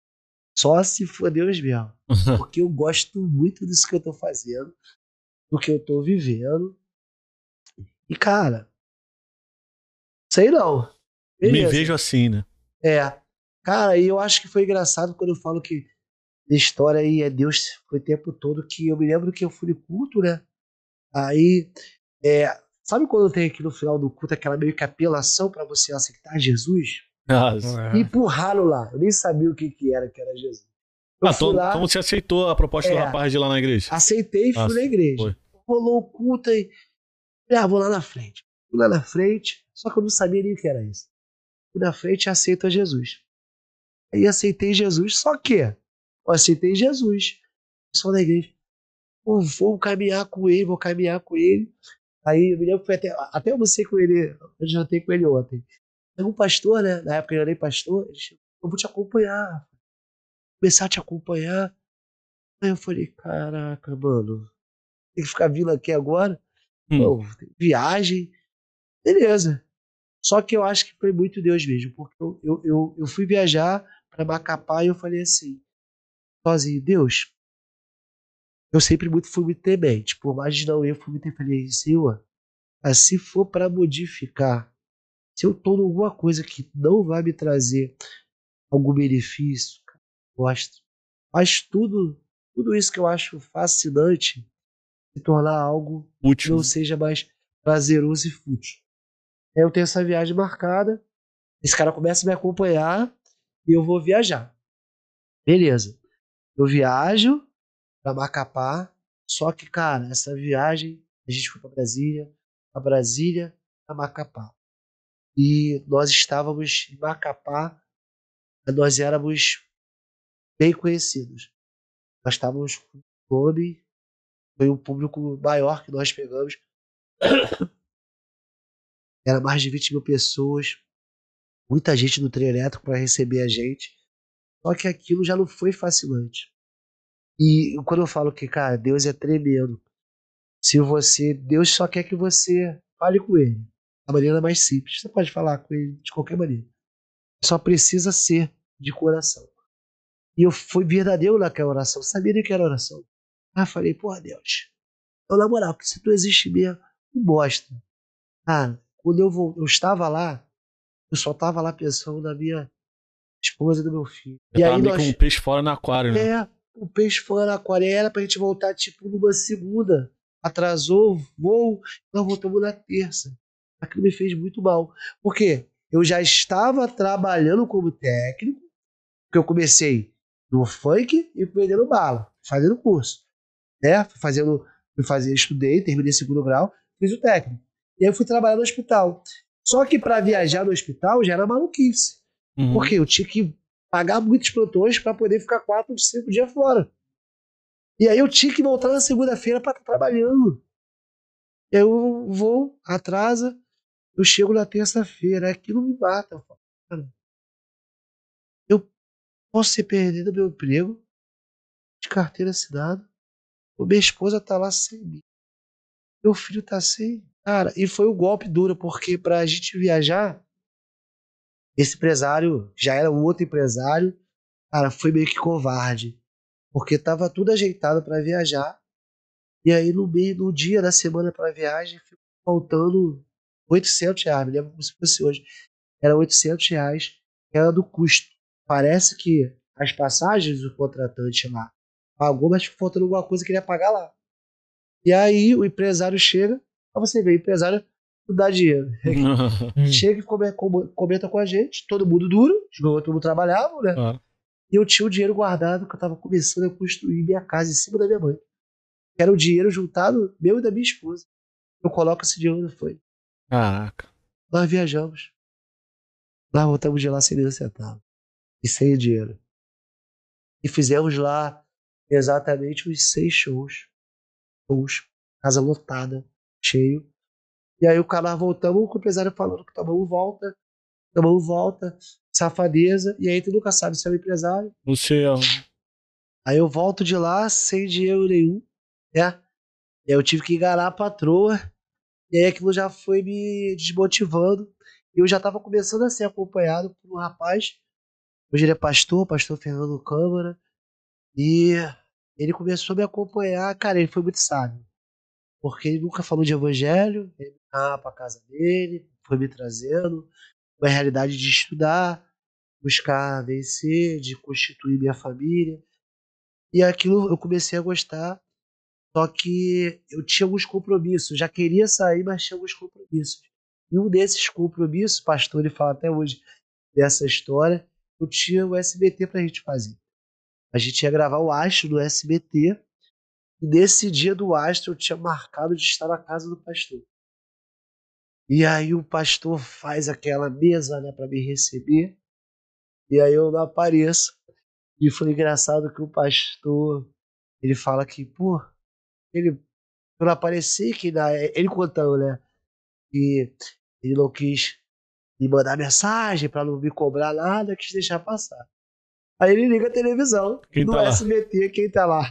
só se for Deus mesmo. Porque eu gosto muito disso que eu tô fazendo, do que eu tô vivendo. E, cara, sei não. Me Beleza. vejo assim, né? É. Cara, e eu acho que foi engraçado quando eu falo que a história aí é Deus foi o tempo todo, que eu me lembro que eu fui no culto, né? Aí, é, sabe quando tem aqui no final do culto aquela meio que apelação pra você aceitar Jesus? Ah, Me empurraram lá. Eu nem sabia o que, que era, que era Jesus. Eu ah, fui então, lá, então você aceitou a proposta do É. rapaz de ir lá na igreja? aceitei e fui Ah, na igreja. foi. Rolou o culto e falei, ah, vou lá na frente. Fui lá na frente, só que eu não sabia nem o que era isso. Fui na frente e aceito a Jesus. Aí aceitei Jesus, só que eu aceitei Jesus. Só na igreja. Pô, vou caminhar com ele, vou caminhar com ele. Aí eu me lembro que foi até, até eu almocei com ele, eu jantei com ele ontem. Aí um pastor, né? Na época eu era nem pastor, ele chegou, eu vou te acompanhar. Começar a te acompanhar. Aí eu falei, caraca, mano, tem que ficar vindo aqui agora? Hum. Pô, tem viagem. Beleza. Só que eu acho que foi muito Deus mesmo, porque eu, eu, eu, eu fui viajar para Macapá e eu falei assim, sozinho, Deus, eu sempre muito fui muito temente, por mais de não eu fui muito, eu falei, Senhor, mas se for para modificar, se eu tô em alguma coisa que não vai me trazer algum benefício, gosto, mas tudo, tudo isso que eu acho fascinante se tornar algo que Útil. não seja mais prazeroso e fútil. Aí eu tenho essa viagem marcada, esse cara começa a me acompanhar e eu vou viajar. Beleza. Eu viajo para Macapá, só que, cara, essa viagem, a gente foi para Brasília, para Brasília, para Macapá. E nós estávamos em Macapá, nós éramos bem conhecidos. Nós estávamos com nome, foi um público maior que nós pegamos. Era mais de vinte mil pessoas, muita gente no trem elétrico para receber a gente. Só que aquilo já não foi fascinante. E quando eu falo que, cara, Deus é tremendo, Se você, Deus só quer que você fale com ele da maneira mais simples. Você pode falar com ele de qualquer maneira. Só precisa ser de coração. E eu fui verdadeiro naquela oração. Eu sabia nem que era oração. Aí eu falei, porra, Deus. Eu, na moral, porque se tu existe mesmo, que bosta. Cara, quando eu, vou, eu estava lá, eu só estava lá pensando na minha esposa e do meu filho. Eu E tava aí meio nós... com um peixe fora no aquário, né? É, o peixe fora na aquário. Era pra gente voltar, tipo, numa segunda. Atrasou o voo, nós voltamos na terça. Aquilo me fez muito mal. Por quê? Eu já estava trabalhando como técnico, porque eu comecei no funk e vendendo bala, fazendo curso. Né? Fazendo, fui fazer, estudei, terminei segundo grau, fiz o técnico. E aí eu fui trabalhar no hospital. Só que para viajar no hospital já era maluquice. Uhum. Porque eu tinha que pagar muitos plantões para poder ficar quatro, cinco dias fora. E aí eu tinha que voltar na segunda-feira para estar trabalhando. Eu vou, atrasa, eu chego na terça-feira, aquilo me mata. Eu falo, cara, eu posso ser perdido do meu emprego, de carteira assinada, minha esposa tá lá sem mim, meu filho tá sem. Cara, e foi um golpe duro, porque pra gente viajar, esse empresário, já era um outro empresário, cara, foi meio que covarde, porque tava tudo ajeitado para viajar, e aí no meio, no dia da semana para viagem, ficou faltando oitocentos reais, me lembro como se fosse hoje, era oitocentos reais, que era do custo. Parece que as passagens do contratante lá pagou, mas ficou faltando alguma coisa que ele ia pagar lá. E aí o empresário chega, pra você ver, o empresário não dá dinheiro. Chega e come- come- comenta com a gente, todo mundo duro, todo mundo trabalhava, né? Ah. E eu tinha o dinheiro guardado que eu tava começando a construir minha casa em cima da minha mãe. Que era o dinheiro juntado meu e da minha esposa. Eu coloco esse dinheiro onde foi. Caraca. Nós viajamos. Nós voltamos de lá sem nenhum centavo. E sem dinheiro. E fizemos lá exatamente uns seis shows. Shows. Casa lotada. Cheio. E aí o cara voltamos com o empresário falando que tomamos volta. Tomamos volta. Safadeza. E aí tu nunca sabe se é o empresário. No céu. Aí eu volto de lá sem dinheiro nenhum. Né? E aí eu tive que enganar a patroa. E aí aquilo já foi me desmotivando. E eu já estava começando a ser acompanhado por um rapaz. Hoje ele é pastor, pastor Fernando Câmara. E ele começou a me acompanhar. Cara, ele foi muito sábio. Porque ele nunca falou de evangelho. Ele me levava para casa dele, foi me trazendo uma realidade de estudar, buscar vencer, de constituir minha família. E aquilo eu comecei a gostar. Só que eu tinha alguns compromissos. Já queria sair, mas tinha alguns compromissos. E um desses compromissos, o pastor ele fala até hoje dessa história, eu tinha o S B T pra gente fazer. A gente ia gravar o Astro no S B T. E nesse dia do Astro eu tinha marcado de estar na casa do pastor. E aí o pastor faz aquela mesa, né, para me receber. E aí eu não apareço. E foi engraçado que o pastor, ele fala que, pô, ele, eu não apareci, que na, ele contando, né, que ele não quis me mandar mensagem para não me cobrar nada, quis deixar passar. Aí ele liga a televisão, Quem no tá lá? S B T, quem tá lá?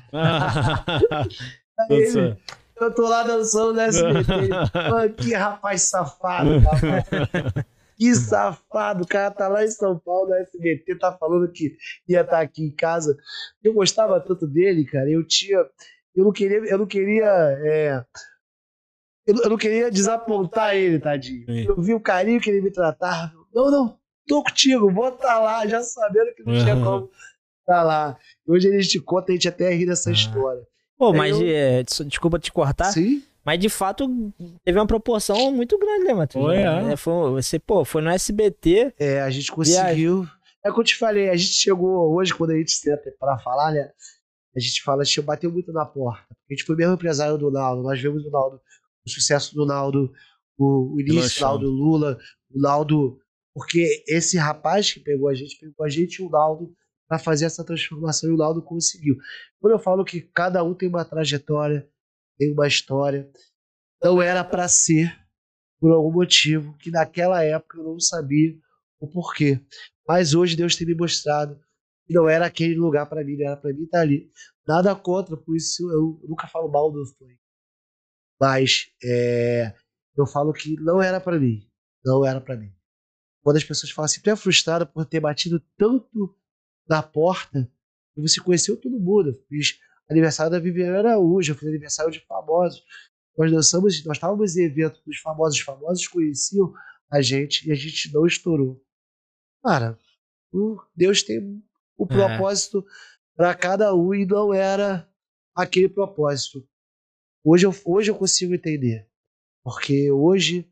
Aí ele, eu tô lá dançando no S B T. Mano, que rapaz safado, rapaz. Que safado. O cara tá lá em São Paulo, no S B T, tá falando que ia estar aqui em casa. Eu gostava tanto dele, cara. Eu tinha. Eu não queria. Eu não queria. É, eu, eu não queria desapontar ele, tadinho. Sim. Eu vi o carinho que ele me tratava. Não, não, tô contigo, vou estar lá, já sabendo que não tinha como estar lá. Hoje a gente conta, a gente até ri dessa Ah. história. Pô, Aí mas eu- é, des- desculpa te cortar, Sim. mas de fato teve uma proporção muito grande, né, Matheus? Foi, é. É, foi, você, pô, foi no S B T. É, a gente conseguiu. É o que eu te falei, a gente chegou hoje, quando a gente senta pra falar, né? A gente fala, a gente bateu muito na porta. A gente foi mesmo empresário do Naldo, nós vimos o Naldo, o sucesso do Naldo, o, o início do lanchando. Naldo Lula, o Naldo. Porque esse rapaz que pegou a gente, pegou a gente e o Naldo pra fazer essa transformação e o Naldo conseguiu. Quando eu falo que cada um tem uma trajetória, tem uma história, não era pra ser por algum motivo que naquela época eu não sabia o porquê. Mas hoje Deus tem me mostrado que não era aquele lugar para mim, não era para mim estar ali. Nada contra, por isso eu nunca falo mal do funk. Mas é, eu falo que não era pra mim. Não era pra mim. Quando as pessoas falam assim, tu é frustrado por ter batido tanto na porta e você conheceu todo mundo. Eu fiz aniversário da Viviane Araújo, eu fiz aniversário de famosos. Nós dançamos, nós estávamos em evento dos famosos, os famosos conheciam a gente e a gente não estourou. Cara, o- Deus tem um É. propósito para cada um e não era aquele propósito. Hoje eu, hoje eu consigo entender. Porque hoje,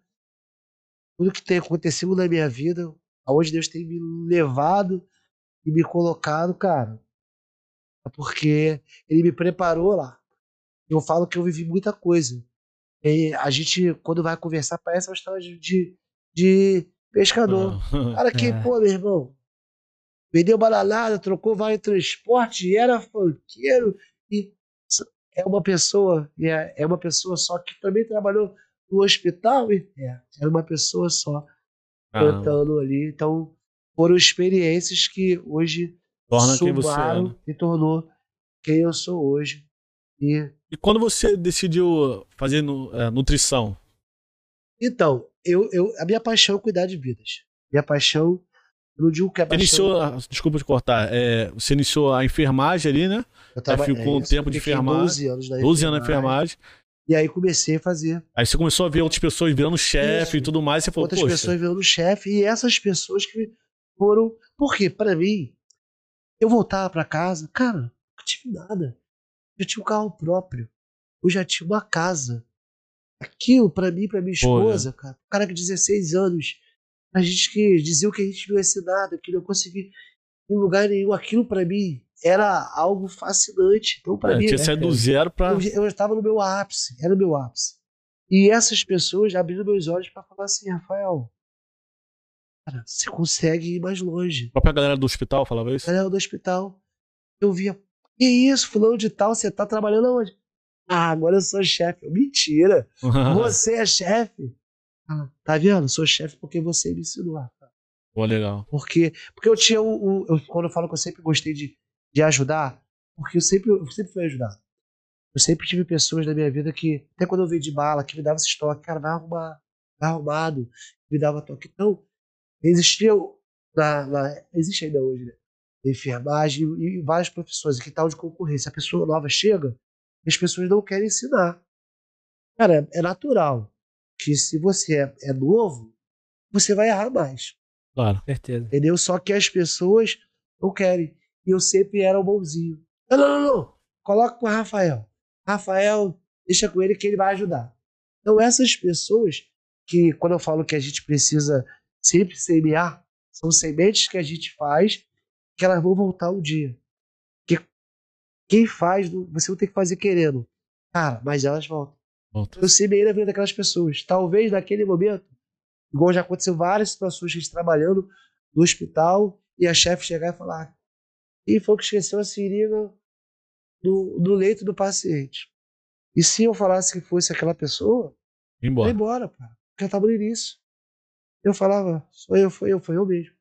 tudo que tem acontecido na minha vida, aonde Deus tem me levado e me colocado, cara, é porque Ele me preparou lá. Eu falo que eu vivi muita coisa. E a gente, quando vai conversar, parece uma história de, de, de pescador. Ah, Cara que, É. pô, meu irmão, vendeu bananada, trocou vale transporte, e era funkeiro, e é uma pessoa, e é, é uma pessoa só que também trabalhou no hospital, e é, era uma pessoa só Caramba. cantando ali. Então, foram experiências que hoje Torna quem você é, né? somaram e tornou quem eu sou hoje. E E quando você decidiu fazer nu- é, nutrição? então, eu, eu, a minha paixão é cuidar de vidas. Minha paixão, eu não digo que é Você paixão. iniciou, ah, desculpa te cortar, é, você iniciou a enfermagem ali, né? Eu Aí traba- ficou é um isso, tempo de fiquei enfermagem, doze anos na doze anos na enfermagem. enfermagem. E aí comecei a fazer Aí você começou a ver outras pessoas virando chefe Isso. e tudo mais, e você falou, outras poxa, pessoas virando chefe. E essas pessoas que foram. Porque, pra mim, eu voltava pra casa, cara, não tive nada. Eu tinha um carro próprio. Eu já tinha uma casa. Aquilo, pra mim, pra minha pô, esposa, cara, um cara com dezesseis anos, a gente que dizia que a gente não ia ser nada, que não conseguia ir em lugar nenhum. Aquilo pra mim era algo fascinante. Então, pra é, mim, tinha saído do zero pra. eu, eu estava no meu ápice, era o meu ápice. E essas pessoas abriram meus olhos pra falar assim, Rafael, cara, você consegue ir mais longe. A própria galera do hospital falava isso? Galera do hospital, eu via, que isso, fulano de tal, você tá trabalhando aonde? Ah, agora eu sou chefe. Eu, mentira, você é chefe? Ah, tá vendo? Eu sou chefe porque você me ensinou. Rafael. Pô, legal. Porque, porque eu tinha o, o- eu, quando eu falo que eu sempre gostei de, de ajudar, porque eu sempre, eu sempre fui ajudar. Eu sempre tive pessoas na minha vida que, até quando eu vendi bala, que me dava esse estoque, cara, vai arrumar, vai arrumado, me dava toque. Então, existia, na, na- existe ainda hoje, né? Enfermagem e, e várias profissões, que tal de concorrência. A pessoa nova chega e as pessoas não querem ensinar. Cara, é, é natural que se você é, é novo, você vai errar mais. Claro. Certeza. Entendeu? Só que as pessoas não querem. E eu sempre era o bonzinho. Não, não, não, não. Coloca com o Rafael. Rafael, deixa com ele que ele vai ajudar. Então, essas pessoas que, quando eu falo que a gente precisa sempre semear, são sementes que a gente faz que elas vão voltar um dia. Que quem faz, você não tem que fazer querendo. Cara, mas elas voltam. Volta. Eu semeei na vida daquelas pessoas. Talvez naquele momento, igual já aconteceu várias situações, a gente trabalhando no hospital e a chefe chegar e falar: quem foi que esqueceu a seringa no, no leito do paciente? E se eu falasse que fosse aquela pessoa, vai Embora. embora, cara. Porque eu tava no início. Eu falava: sou eu, foi eu, foi eu mesmo.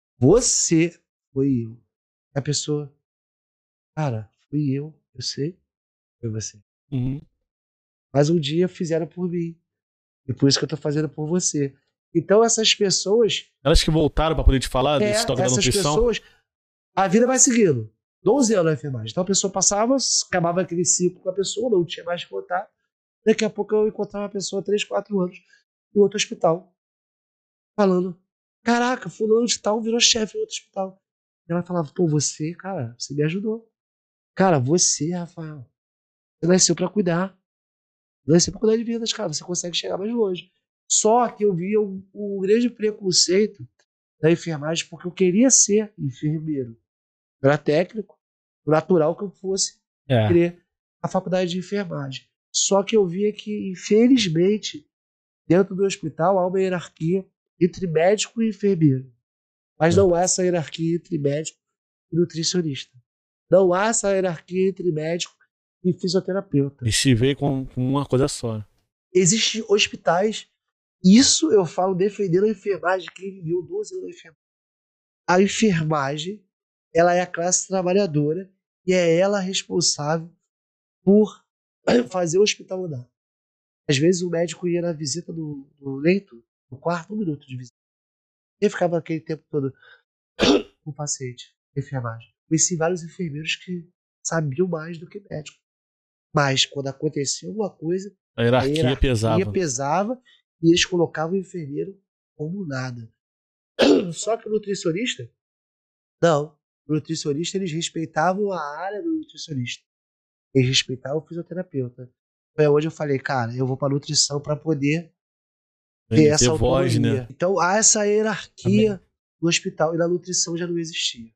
Você foi eu. A pessoa, cara, fui eu, eu sei, foi você. Uhum. Mas um dia fizeram por mim. E por isso que eu tô fazendo por você. Então essas pessoas, Elas que voltaram pra poder te falar é, desse toque da essas nutrição. pessoas, a vida vai seguindo. doze anos na enfermagem. Então a pessoa passava, acabava aquele ciclo com a pessoa, não tinha mais contato. Daqui a pouco eu encontrava uma pessoa três, quatro anos em outro hospital, falando: caraca, fulano de tal virou chefe em outro hospital. E ela falava: pô, você, cara, você me ajudou. Cara, você, Rafael, você nasceu pra cuidar. Nasceu pra cuidar de vidas, cara. Você consegue chegar mais longe. Só que eu via um, um grande preconceito da enfermagem, porque eu queria ser enfermeiro. Eu era técnico, natural que eu fosse É. querer a faculdade de enfermagem. Só que eu via que, infelizmente, dentro do hospital há uma hierarquia entre médico e enfermeiro. Mas É. não há essa hierarquia entre médico e nutricionista. Não há essa hierarquia entre médico e fisioterapeuta. E se veio com, com uma coisa só. Existem hospitais, isso eu falo defendendo a enfermagem, quem viveu doze anos na enfermagem. A enfermagem, ela é a classe trabalhadora e é ela responsável por fazer o hospital mudar. Às vezes o médico ia na visita do, do leito, no quarto, um minuto de visita. E ficava aquele tempo todo com o paciente, enfermagem. Conheci vários enfermeiros que sabiam mais do que médico. Mas quando acontecia alguma coisa, A hierarquia, a hierarquia pesava. pesava e eles colocavam o enfermeiro como nada. Só que o nutricionista, não. O nutricionista, eles respeitavam a área do nutricionista. Eles respeitavam o fisioterapeuta. Foi onde eu falei, cara, eu vou pra nutrição pra poder ter essa ter voz, autonomia. né? Então há essa hierarquia no hospital e na nutrição já não existia.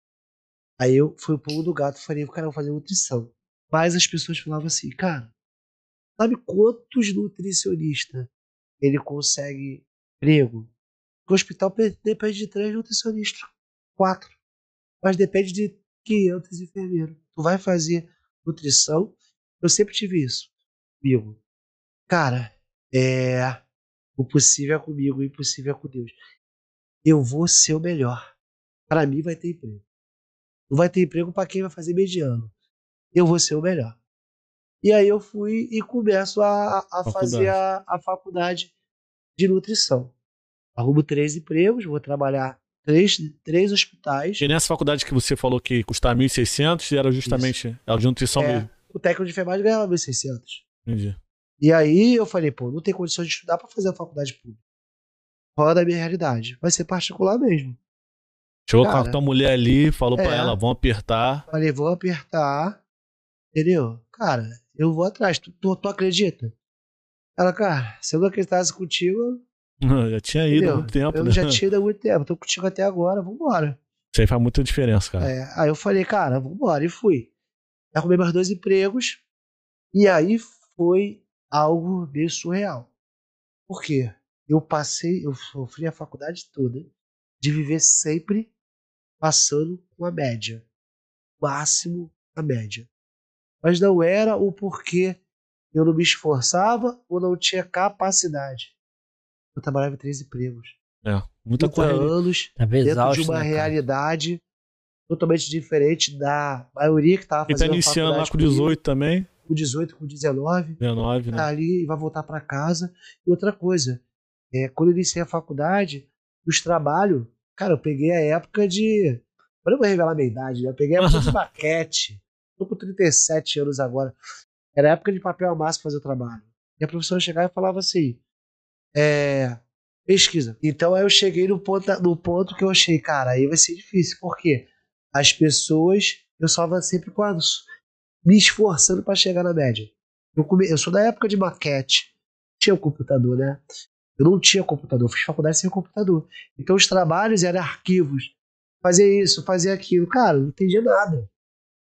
Aí eu fui pro pulo do gato e falei, cara, eu vou fazer nutrição. Mas as pessoas falavam assim, cara, sabe quantos nutricionistas ele consegue emprego? Porque o hospital depende de três nutricionistas, quatro. Mas depende de quinhentos enfermeiros. Tu vai fazer nutrição, eu sempre tive isso comigo. Cara, é... o possível é comigo, o impossível é com Deus. Eu vou ser o melhor. Para mim vai ter emprego. Não vai ter emprego para quem vai fazer mediano. Eu vou ser o melhor. E aí eu fui e começo a, a fazer a, a faculdade de nutrição. Arrumo três empregos, vou trabalhar três, três hospitais. E nessa faculdade que você falou que custava mil e seiscentos, era justamente a de nutrição é, mesmo? O técnico de enfermagem ganhava mil e seiscentos. Entendi. E aí eu falei, pô, não tem condições de estudar para fazer a faculdade pública. Fora da minha realidade. Vai ser particular mesmo. Chegou Cara, com a tua mulher ali, falou é, pra ela, vão apertar. Falei, vou apertar. Entendeu? Cara, eu vou atrás. Tu, tu, tu acredita? Ela, cara, se eu não acreditasse contigo... Já tinha ido entendeu? há muito tempo, eu né? já tinha ido há muito tempo. Tô contigo até agora, vambora. Isso aí faz muita diferença, cara. É, aí eu falei, cara, vambora. E fui. Arrumei meus dois empregos. E aí foi algo meio surreal. Por quê? Eu passei, eu sofri a faculdade toda de viver sempre passando com a média. Máximo a média. Mas não era o porquê eu não me esforçava ou não tinha capacidade. Eu trabalhava em três empregos. É, muita coisa. anos, Tá dentro exausto, de uma né, cara? realidade totalmente diferente da maioria que estava Quem tá fazendo a iniciando lá faculdade com dezoito também. com dezoito, com dezenove. dezenove, né? Ali vai voltar para casa. E outra coisa, é, quando eu iniciei a faculdade, os trabalhos, cara, eu peguei a época de... Eu não vou revelar a minha idade, né? Eu peguei a época de maquete. Tô com trinta e sete anos agora. Era a época de papel massa fazer o trabalho. E a professora chegava e falava assim, é, pesquisa. Então aí eu cheguei no ponto, no ponto que eu achei, cara, aí vai ser difícil. Por quê? As pessoas, eu só estava sempre com as, me esforçando para chegar na média. Eu, come, eu sou da época de maquete. Tinha um computador, né? Eu não tinha computador, eu fiz faculdade sem computador. Então os trabalhos eram arquivos. Fazer isso, fazer aquilo. Cara, eu não entendia nada.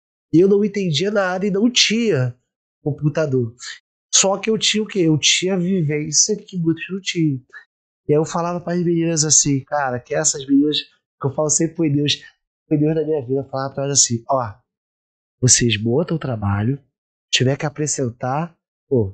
Eu não entendia nada e não tinha computador. Só que eu tinha o quê? Eu tinha vivência que muitos não tinham. E aí eu falava para as meninas assim, cara, que essas meninas, que eu falo sempre foi Deus, foi Deus na minha vida, eu falava para elas assim, ó, vocês botam o trabalho, tiver que apresentar, pô,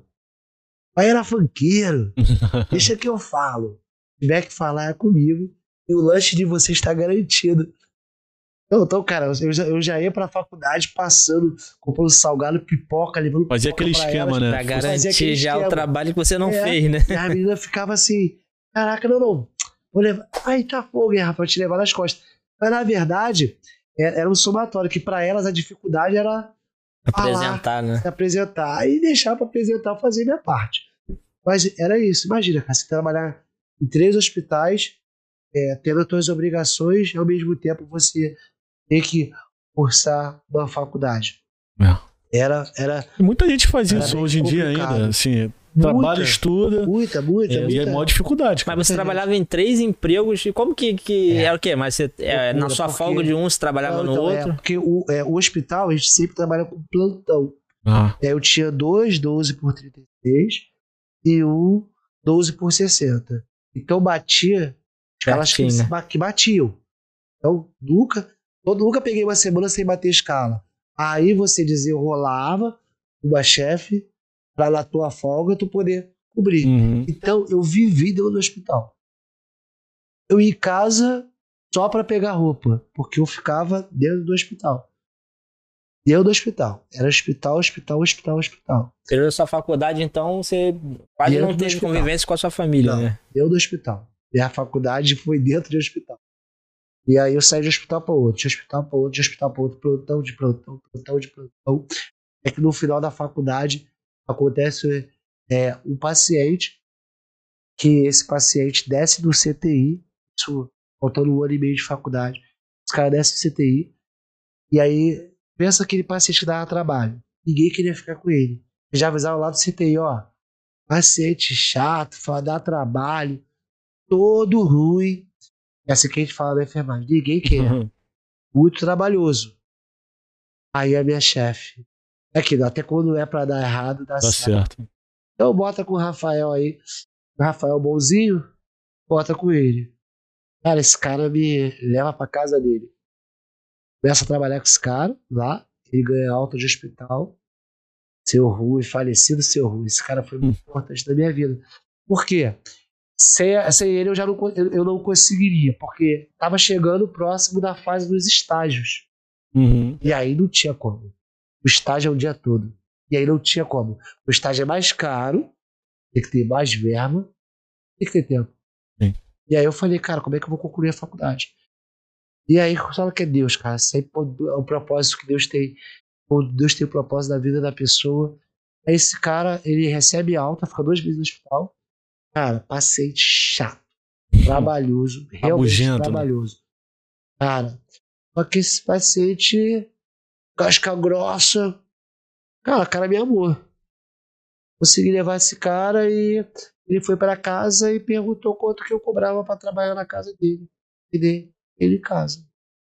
pai era funkeiro, deixa que eu falo. Se tiver que falar é comigo, e o lanche de vocês está garantido. Então, então, cara, eu já, eu já ia pra faculdade passando, comprando salgado, pipoca, levando Fazia pipoca aquele pra esquema, elas, né? Pra garantir aquele já esquema. o trabalho que você não É, fez, né? E a menina ficava assim, caraca, não, não, vou levar. Ai, tá fogo, hein, Rafa, eu te levar nas costas. Mas na verdade, era um somatório, que pra elas a dificuldade era Apresentar, né? se apresentar e deixar pra apresentar, fazer minha parte. Mas era isso, imagina, cara, você trabalhar em três hospitais, é, tendo as suas obrigações, e ao mesmo tempo você ter que cursar uma faculdade. É. Era, era E muita gente faz Era isso bem hoje em dia complicado. ainda, assim, Muita. trabalha, estuda, muita, muita, é, muita. e é maior dificuldade, cara. Mas você Muita trabalhava em três empregos, e como que, que É. era o quê? Mas você, é, na Loucura, sua porque- folga de um, você trabalhava Não, no então, outro? É, porque o, é, o hospital, a gente sempre trabalha com plantão. Ah, É, eu tinha dois doze por trinta e seis e um doze por sessenta. Então batia escalas que, Certinho, né? ba- que batiam. Então nunca, eu nunca peguei uma semana sem bater escala. Aí você desenrolava uma chefe para na tua folga tu poder cobrir. uhum. Então eu vivi dentro do hospital. Eu ia em casa só para pegar roupa, porque eu ficava dentro do hospital. Deu do hospital. Era hospital, hospital, hospital, hospital. Pela sua faculdade, então, você quase Dentro não do teve hospital. convivência com a sua família, Não, né? deu do hospital. E a faculdade foi dentro do hospital. E aí eu saí de hospital para outro, de hospital para outro, de hospital para outro, plantão, de plantão, plantão, de plantão. É que no final da faculdade acontece é, um paciente, que esse paciente desce do C T I, isso faltando um ano e meio de faculdade. Esse cara desce do C T I, e aí pensa aquele paciente que dava trabalho. Ninguém queria ficar com ele. Eu já avisava lá do C T I, ó, paciente chato, dá trabalho, todo ruim. É assim que a gente fala na enfermagem. Ninguém quer. Muito trabalhoso. Aí a minha chefe. É aquilo, até quando é pra dar errado, dá Tá certo. certo. Então bota com o Rafael aí. O Rafael bonzinho, bota com ele. Cara, esse cara me leva pra casa dele. Começa a trabalhar com esse cara lá. Ele ganha alta de hospital. Seu Rui, falecido Seu Rui. Esse cara foi muito importante na minha vida. Por quê? Sem, sem ele eu já não, eu, eu não conseguiria, porque tava chegando próximo da fase dos estágios. Uhum. E aí não tinha como. O estágio é o dia todo. E aí não tinha como. O estágio é mais caro, tem que ter mais verba, tem que ter tempo. Sim. E aí eu falei, cara, como é que eu vou concluir a faculdade? E aí, sabe o que é Deus, cara? Sempre é o propósito que Deus tem. Deus tem o propósito da vida da pessoa. Aí esse cara, ele recebe alta, fica dois meses no hospital. Cara, paciente chato, trabalhoso, realmente Rabugento, trabalhoso. Né? Cara, só que esse paciente, casca grossa, cara, cara me amou. Consegui levar esse cara e ele foi para casa e perguntou quanto que eu cobrava para trabalhar na casa dele. E dei ele em casa.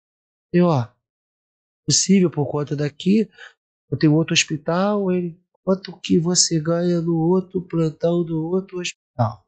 E ó, possível por conta daqui, eu tenho outro hospital, ele, quanto que você ganha no outro plantão do outro hospital?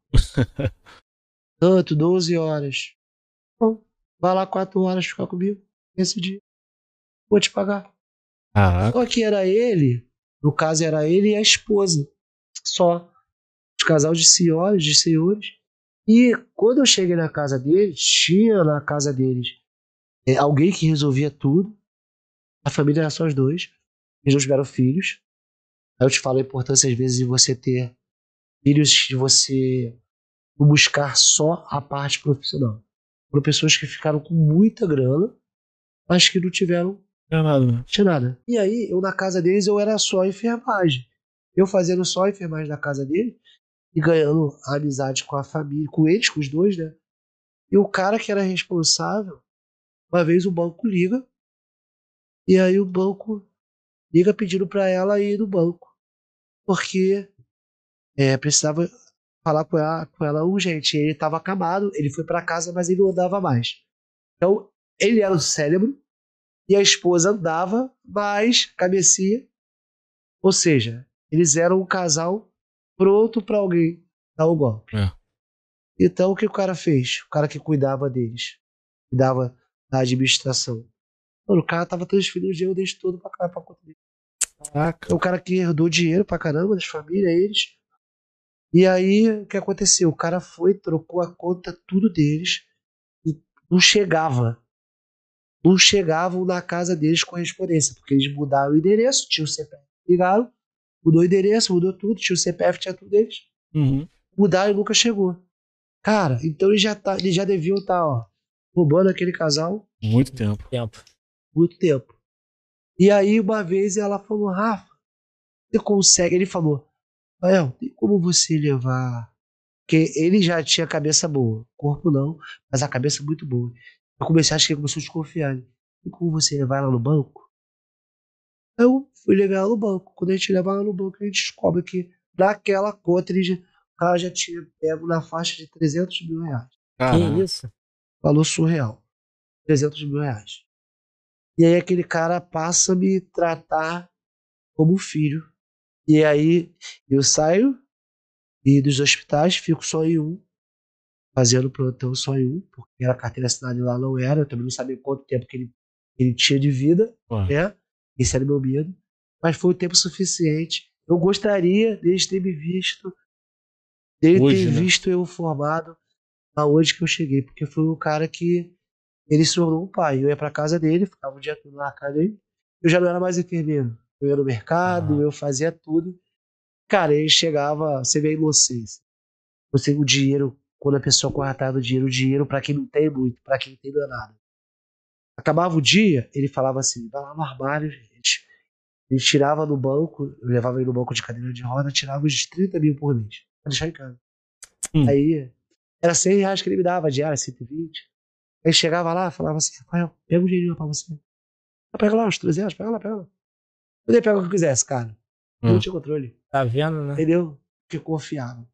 Tanto, doze horas. Bom, vai lá quatro horas ficar comigo esse dia. Vou te pagar. Caraca. Só que era ele, no caso era ele e a esposa. Só. Os casal de senhoras, de senhores. E quando eu cheguei na casa deles, tinha na casa deles é, alguém que resolvia tudo. A família era só os dois. Eles não tiveram filhos. Aí eu te falo a importância, às vezes, de você ter filhos, de você buscar só a parte profissional. Foram pessoas que ficaram com muita grana, mas que não tiveram Não é nada, né? tinha nada. E aí, eu na casa deles, eu era só enfermagem. Eu fazendo só enfermagem na casa dele e ganhando amizade com a família, com eles, com os dois, né? E o cara que era responsável, uma vez o banco liga, e aí o banco liga pedindo pra ela ir no banco, porque é, precisava falar com ela, com ela urgente. Ele estava acamado, ele foi pra casa, mas ele não andava mais. Então, ele era o cérebro, e a esposa andava, mas cabecia. Ou seja, eles eram um casal pronto para alguém dar o golpe. É. Então, o que o cara fez? O cara que cuidava deles, cuidava da administração. Mano, o cara tava transferindo o dinheiro deles todo pra cá, pra conta dele. Caraca. O cara que herdou dinheiro pra caramba das famílias, eles. E aí, o que aconteceu? O cara foi, trocou a conta, tudo deles, e não chegava. Não chegavam na casa deles correspondência, porque eles mudaram o endereço, tinha o C P F, ligaram, mudou o endereço, mudou tudo, tinha o C P F, tinha tudo deles, Uhum. mudaram e nunca chegou. Cara, então eles já, tá, eles já deviam estar, ó, roubando aquele casal Muito tempo. Tempo. muito tempo. E aí, uma vez, ela falou, Rafa, você consegue? Ele falou, Rafael, tem como você levar... Porque ele já tinha cabeça boa, corpo não, mas a cabeça muito boa. Eu comecei a achar que ele começou a desconfiar. Tem como você levar ela no banco? Eu fui levar ela no banco. Quando a gente leva ela no banco, a gente descobre que naquela conta ele já, o cara já tinha pego na faixa de trezentos mil reais. Caraca. Que isso? Valor surreal. trezentos mil reais. E aí aquele cara passa a me tratar como filho. E aí eu saio e dos hospitais, fico só em um, fazendo plantão só em um, porque a carteira assinada lá não era, eu também não sabia quanto tempo que ele, ele tinha de vida, Ué. né? Esse era o meu medo. Mas foi o tempo suficiente. Eu gostaria deles ter me visto, dele Hoje, ter né? visto eu formado aonde que eu cheguei, porque foi um cara que ele se tornou um pai. Eu ia pra casa dele, ficava o dia todo na casa dele, eu já não era mais enfermeiro. Eu ia no mercado, Ah. eu fazia tudo. Cara, aí chegava, você vê a inocência. Você, o dinheiro, quando a pessoa corre atrás do dinheiro, o dinheiro pra quem não tem muito, pra quem tem não é nada. Acabava o dia, ele falava assim, vai lá no armário, gente. Ele tirava no banco, eu levava ele no banco de cadeira de roda, tirava uns trinta mil por mês, pra deixar em casa. Hum. Aí, era cem reais que ele me dava, a diária, cento e vinte. Aí chegava lá, falava assim, Rafael, pega um dinheirinho pra você. Pega lá uns trezentos, pega lá, pega lá. Eu nem pego o que eu quisesse, cara. Eu Hum. não tinha controle, Tá vendo, né? entendeu? Porque confiava.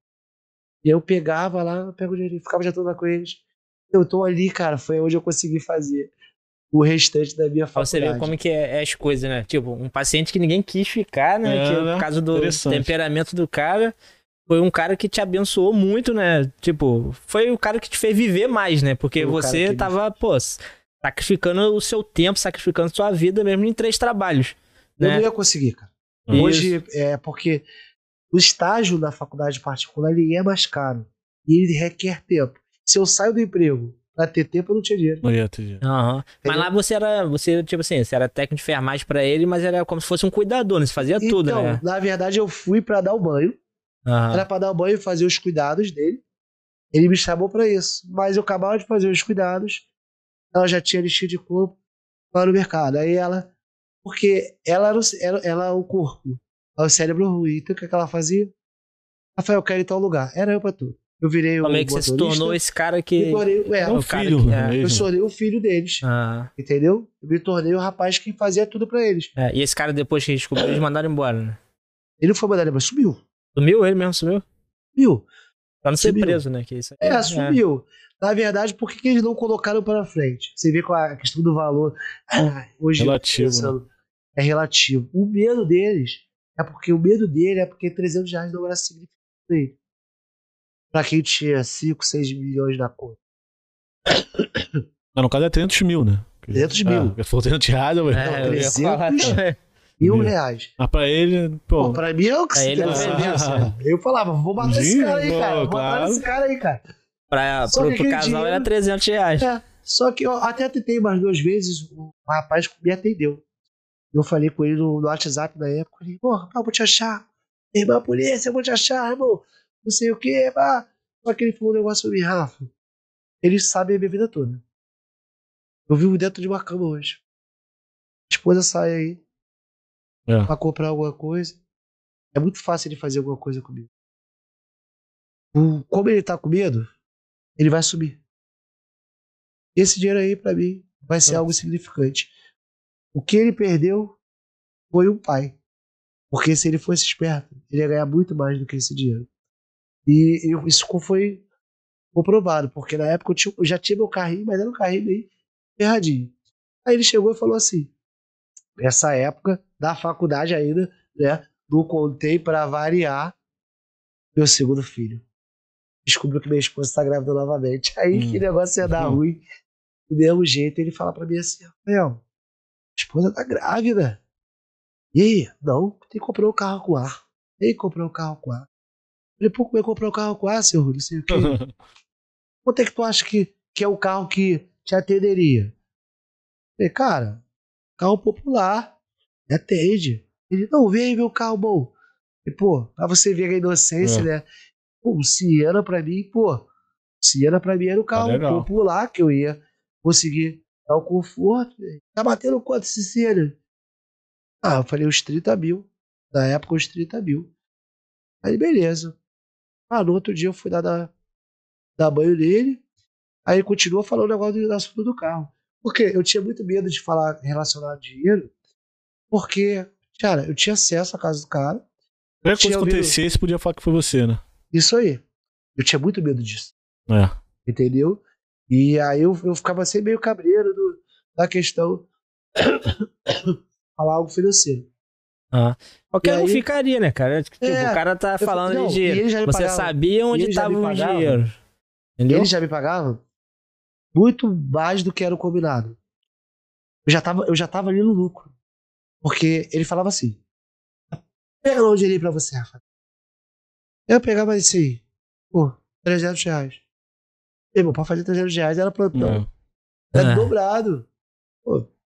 E eu pegava lá, eu pego o dinheirinho, ficava já tudo lá com eles. Eu tô ali, cara, foi onde eu consegui fazer o restante da minha Pra você faculdade. ver como que é, é as coisas, né? Tipo, um paciente que ninguém quis ficar, né? É, que, né? por causa do Interessante. temperamento do cara, foi um cara que te abençoou muito, né? Tipo, foi o cara que te fez viver mais, né? Porque Foi o cara você que me- tava, pô, sacrificando o seu tempo, sacrificando sua vida mesmo em três trabalhos, Eu né? não ia conseguir, cara. Isso. Hoje, é porque o estágio na faculdade particular, ele é mais caro. E ele requer tempo. Se eu saio do emprego pra ter tempo, eu não tinha dinheiro. Não ia ter dinheiro. Aham. Mas Entendeu? lá você era, você, tipo assim, você era técnico de enfermagem pra ele, mas era como se fosse um cuidador, né? Você fazia tudo, Então, né? na verdade, eu fui pra dar o banho. Aham. Era pra dar o banho e fazer os cuidados dele. Ele me chamou pra isso. Mas eu acabava de fazer os cuidados. Ela já tinha listinha de corpo lá no mercado. Aí ela... Porque ela era o, ela, ela é o corpo. É o cérebro ruim. Então o que, que ela fazia? Rafael, eu quero ir em tal lugar. Era eu pra tudo. Eu virei o Como é que você se motorista. tornou esse cara Me que... tornei, é, É um o cara filho que- é. eu mesmo. tornei o filho deles. Ah, Entendeu? Eu me tornei o rapaz que fazia tudo pra eles. é. E esse cara, depois que descobriu, eles mandaram embora, né? Ele não foi mandado embora, sumiu. Sumiu ele mesmo, sumiu? Sumiu. Pra não ser Sumiu. preso, né? Que isso aí, É, sumiu. Na verdade, por que, que eles não colocaram pra frente? Você vê com a questão do valor. Ah, hoje, Relativo, pensando, é relativo. O medo deles é porque o medo dele é porque trezentos reais não era significante pra ele. Pra quem tinha cinco, seis milhões na conta. Mas no caso é trezentos mil, né? trezentos mil. Ah, for trezentos reais, eu... É, eu ia falar trezentos também. Mil Mil. reais. Mas pra ele, pô... Pô, pra mim é o que Aí se ele não interessa. vendeu, Eu falava, vou matar esse Sim, cara aí, pô, cara. Vou claro. matar esse cara aí, cara. Pra, Só pro, que pro aquele casal dinheiro- era trezentos reais. É, só que eu até tentei mais duas vezes, o rapaz me atendeu. Eu falei com ele no, no WhatsApp na época, eu falei, pô, rapaz, eu vou te achar. Irmã, polícia, eu vou te achar, irmão. Não sei o que, pá. Só que ele falou um negócio pra mim, Rafa. Ele sabe a minha vida toda. Eu vivo dentro de uma cama hoje. A esposa sai aí É. pra comprar alguma coisa. É muito fácil ele fazer alguma coisa comigo. O- Como ele tá com medo, ele vai subir. Esse dinheiro aí, pra mim, vai ser É. algo significante. O que ele perdeu foi um pai. Porque se ele fosse esperto, ele ia ganhar muito mais do que esse dinheiro. E eu- isso foi comprovado, porque na época eu, tinha- eu já tinha meu carrinho, mas era um carrinho meio ferradinho. Aí ele chegou e falou assim: nessa época da faculdade ainda, né? Não contei pra variar meu segundo filho. Descobriu que minha esposa está grávida novamente. Aí Hum. que negócio ia dar Uhum. ruim. Do mesmo jeito, ele fala pra mim assim: Rafael, a esposa tá grávida. E aí? Não, tem que comprar um carro com ar. Tem que comprar um carro com ar. Eu falei, pô, como é que comprar um carro com ar, seu Rui? Não sei o quê. Quanto é que tu acha que, que é o carro que te atenderia? Eu falei, cara, carro popular, me atende. Ele, não, vem aí ver o carro bom. E, pô, pra você ver a inocência, É. né? Pô, o Siena pra mim, pô, o Siena pra mim era o carro legal. popular que eu ia conseguir dar o conforto. Tá batendo quanto esse Siena? Ah, eu falei uns trinta mil. Na época, uns trinta mil. Aí, beleza. Ah, no outro dia eu fui dar, dar, dar banho nele. Aí ele continuou falando o negócio do assunto do carro. Porque eu tinha muito medo de falar relacionado a dinheiro. Porque, cara, eu tinha acesso à casa do cara. Qualquer coisa Tinha que ouvido- acontecesse, podia falar que foi você, né? Isso aí. Eu tinha muito medo disso. É. Entendeu? E aí eu, eu ficava assim meio cabreiro do, da questão falar algo financeiro. Qualquer E um aí- ficaria, né, cara? Tipo, É, o cara tá eu- falando não, de e dinheiro. ele já me Você pagava- sabia e onde ele já tava me o pagava. dinheiro. E Entendeu? ele já me pagava muito mais do que era o combinado. Eu já tava, eu já tava ali no lucro. Porque ele falava assim: pega lá um dinheirinho pra você, Rafa. Eu pegava assim, pô, trezentos reais. Irmão, pra fazer trezentos reais era plantão. É. Era É. dobrado. Pô,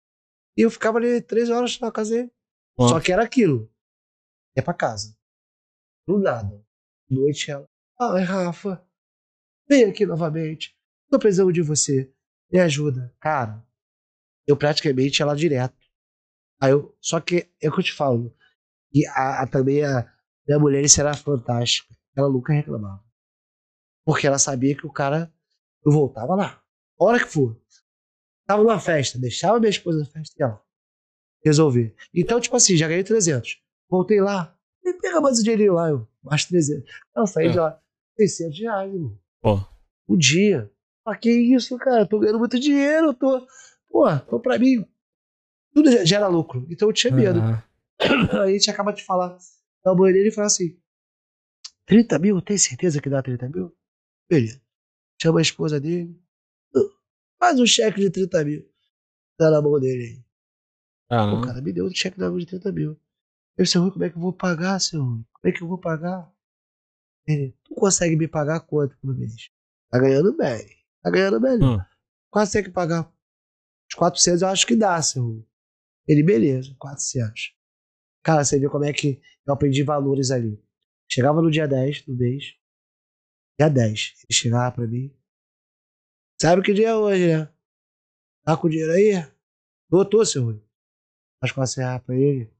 E eu ficava ali três horas na casa dele. Ó. Só que era aquilo. Ia pra casa. Do nada. Noite ela. Ai, Rafa. Vem aqui novamente. Tô precisando de você. Me ajuda. Cara, eu praticamente ia lá direto. Aí eu, só que é o que eu te falo. E a, a- também a minha mulher isso era fantástica. Ela nunca reclamava. Porque ela sabia que o cara. Eu voltava lá. A hora que for. Tava numa festa. Deixava minha esposa na festa e ela. Resolver. Então, tipo assim, já ganhei trezentos. Voltei lá. E pega mais o dinheirinho lá, eu. Mais trezentos. Ela saí É. de lá. seiscentos reais, irmão. Pô. O dia. Ah, que isso, cara? Eu tô ganhando muito dinheiro. Eu tô. Pô, então pra mim. Tudo gera lucro. Então eu tinha medo. Ah, Aí a gente acaba de falar. Na banheira ele fala assim: trinta mil? Tem certeza que dá trinta mil? Beleza. Chama a esposa dele. Faz um cheque de trinta mil. Dá na mão dele aí. Ah, Pô, não. cara, me deu um cheque na mão de trinta mil. Eu, seu Rui, como é que eu vou pagar, seu Rui? Como é que eu vou pagar? Ele, tu consegue me pagar quanto por mês? Tá ganhando bem. Tá ganhando bem. Hum. Consegue pagar uns quatrocentos, eu acho que dá, seu Rui. Ele, beleza, quatrocentos. Cara, você vê como é que eu aprendi valores ali. Chegava no dia dez do mês. Dia dez. Ele chegava pra mim. Sabe que dia é hoje, né? Tá com dinheiro aí? Doutor, seu Rui. Mas quando você pra ele,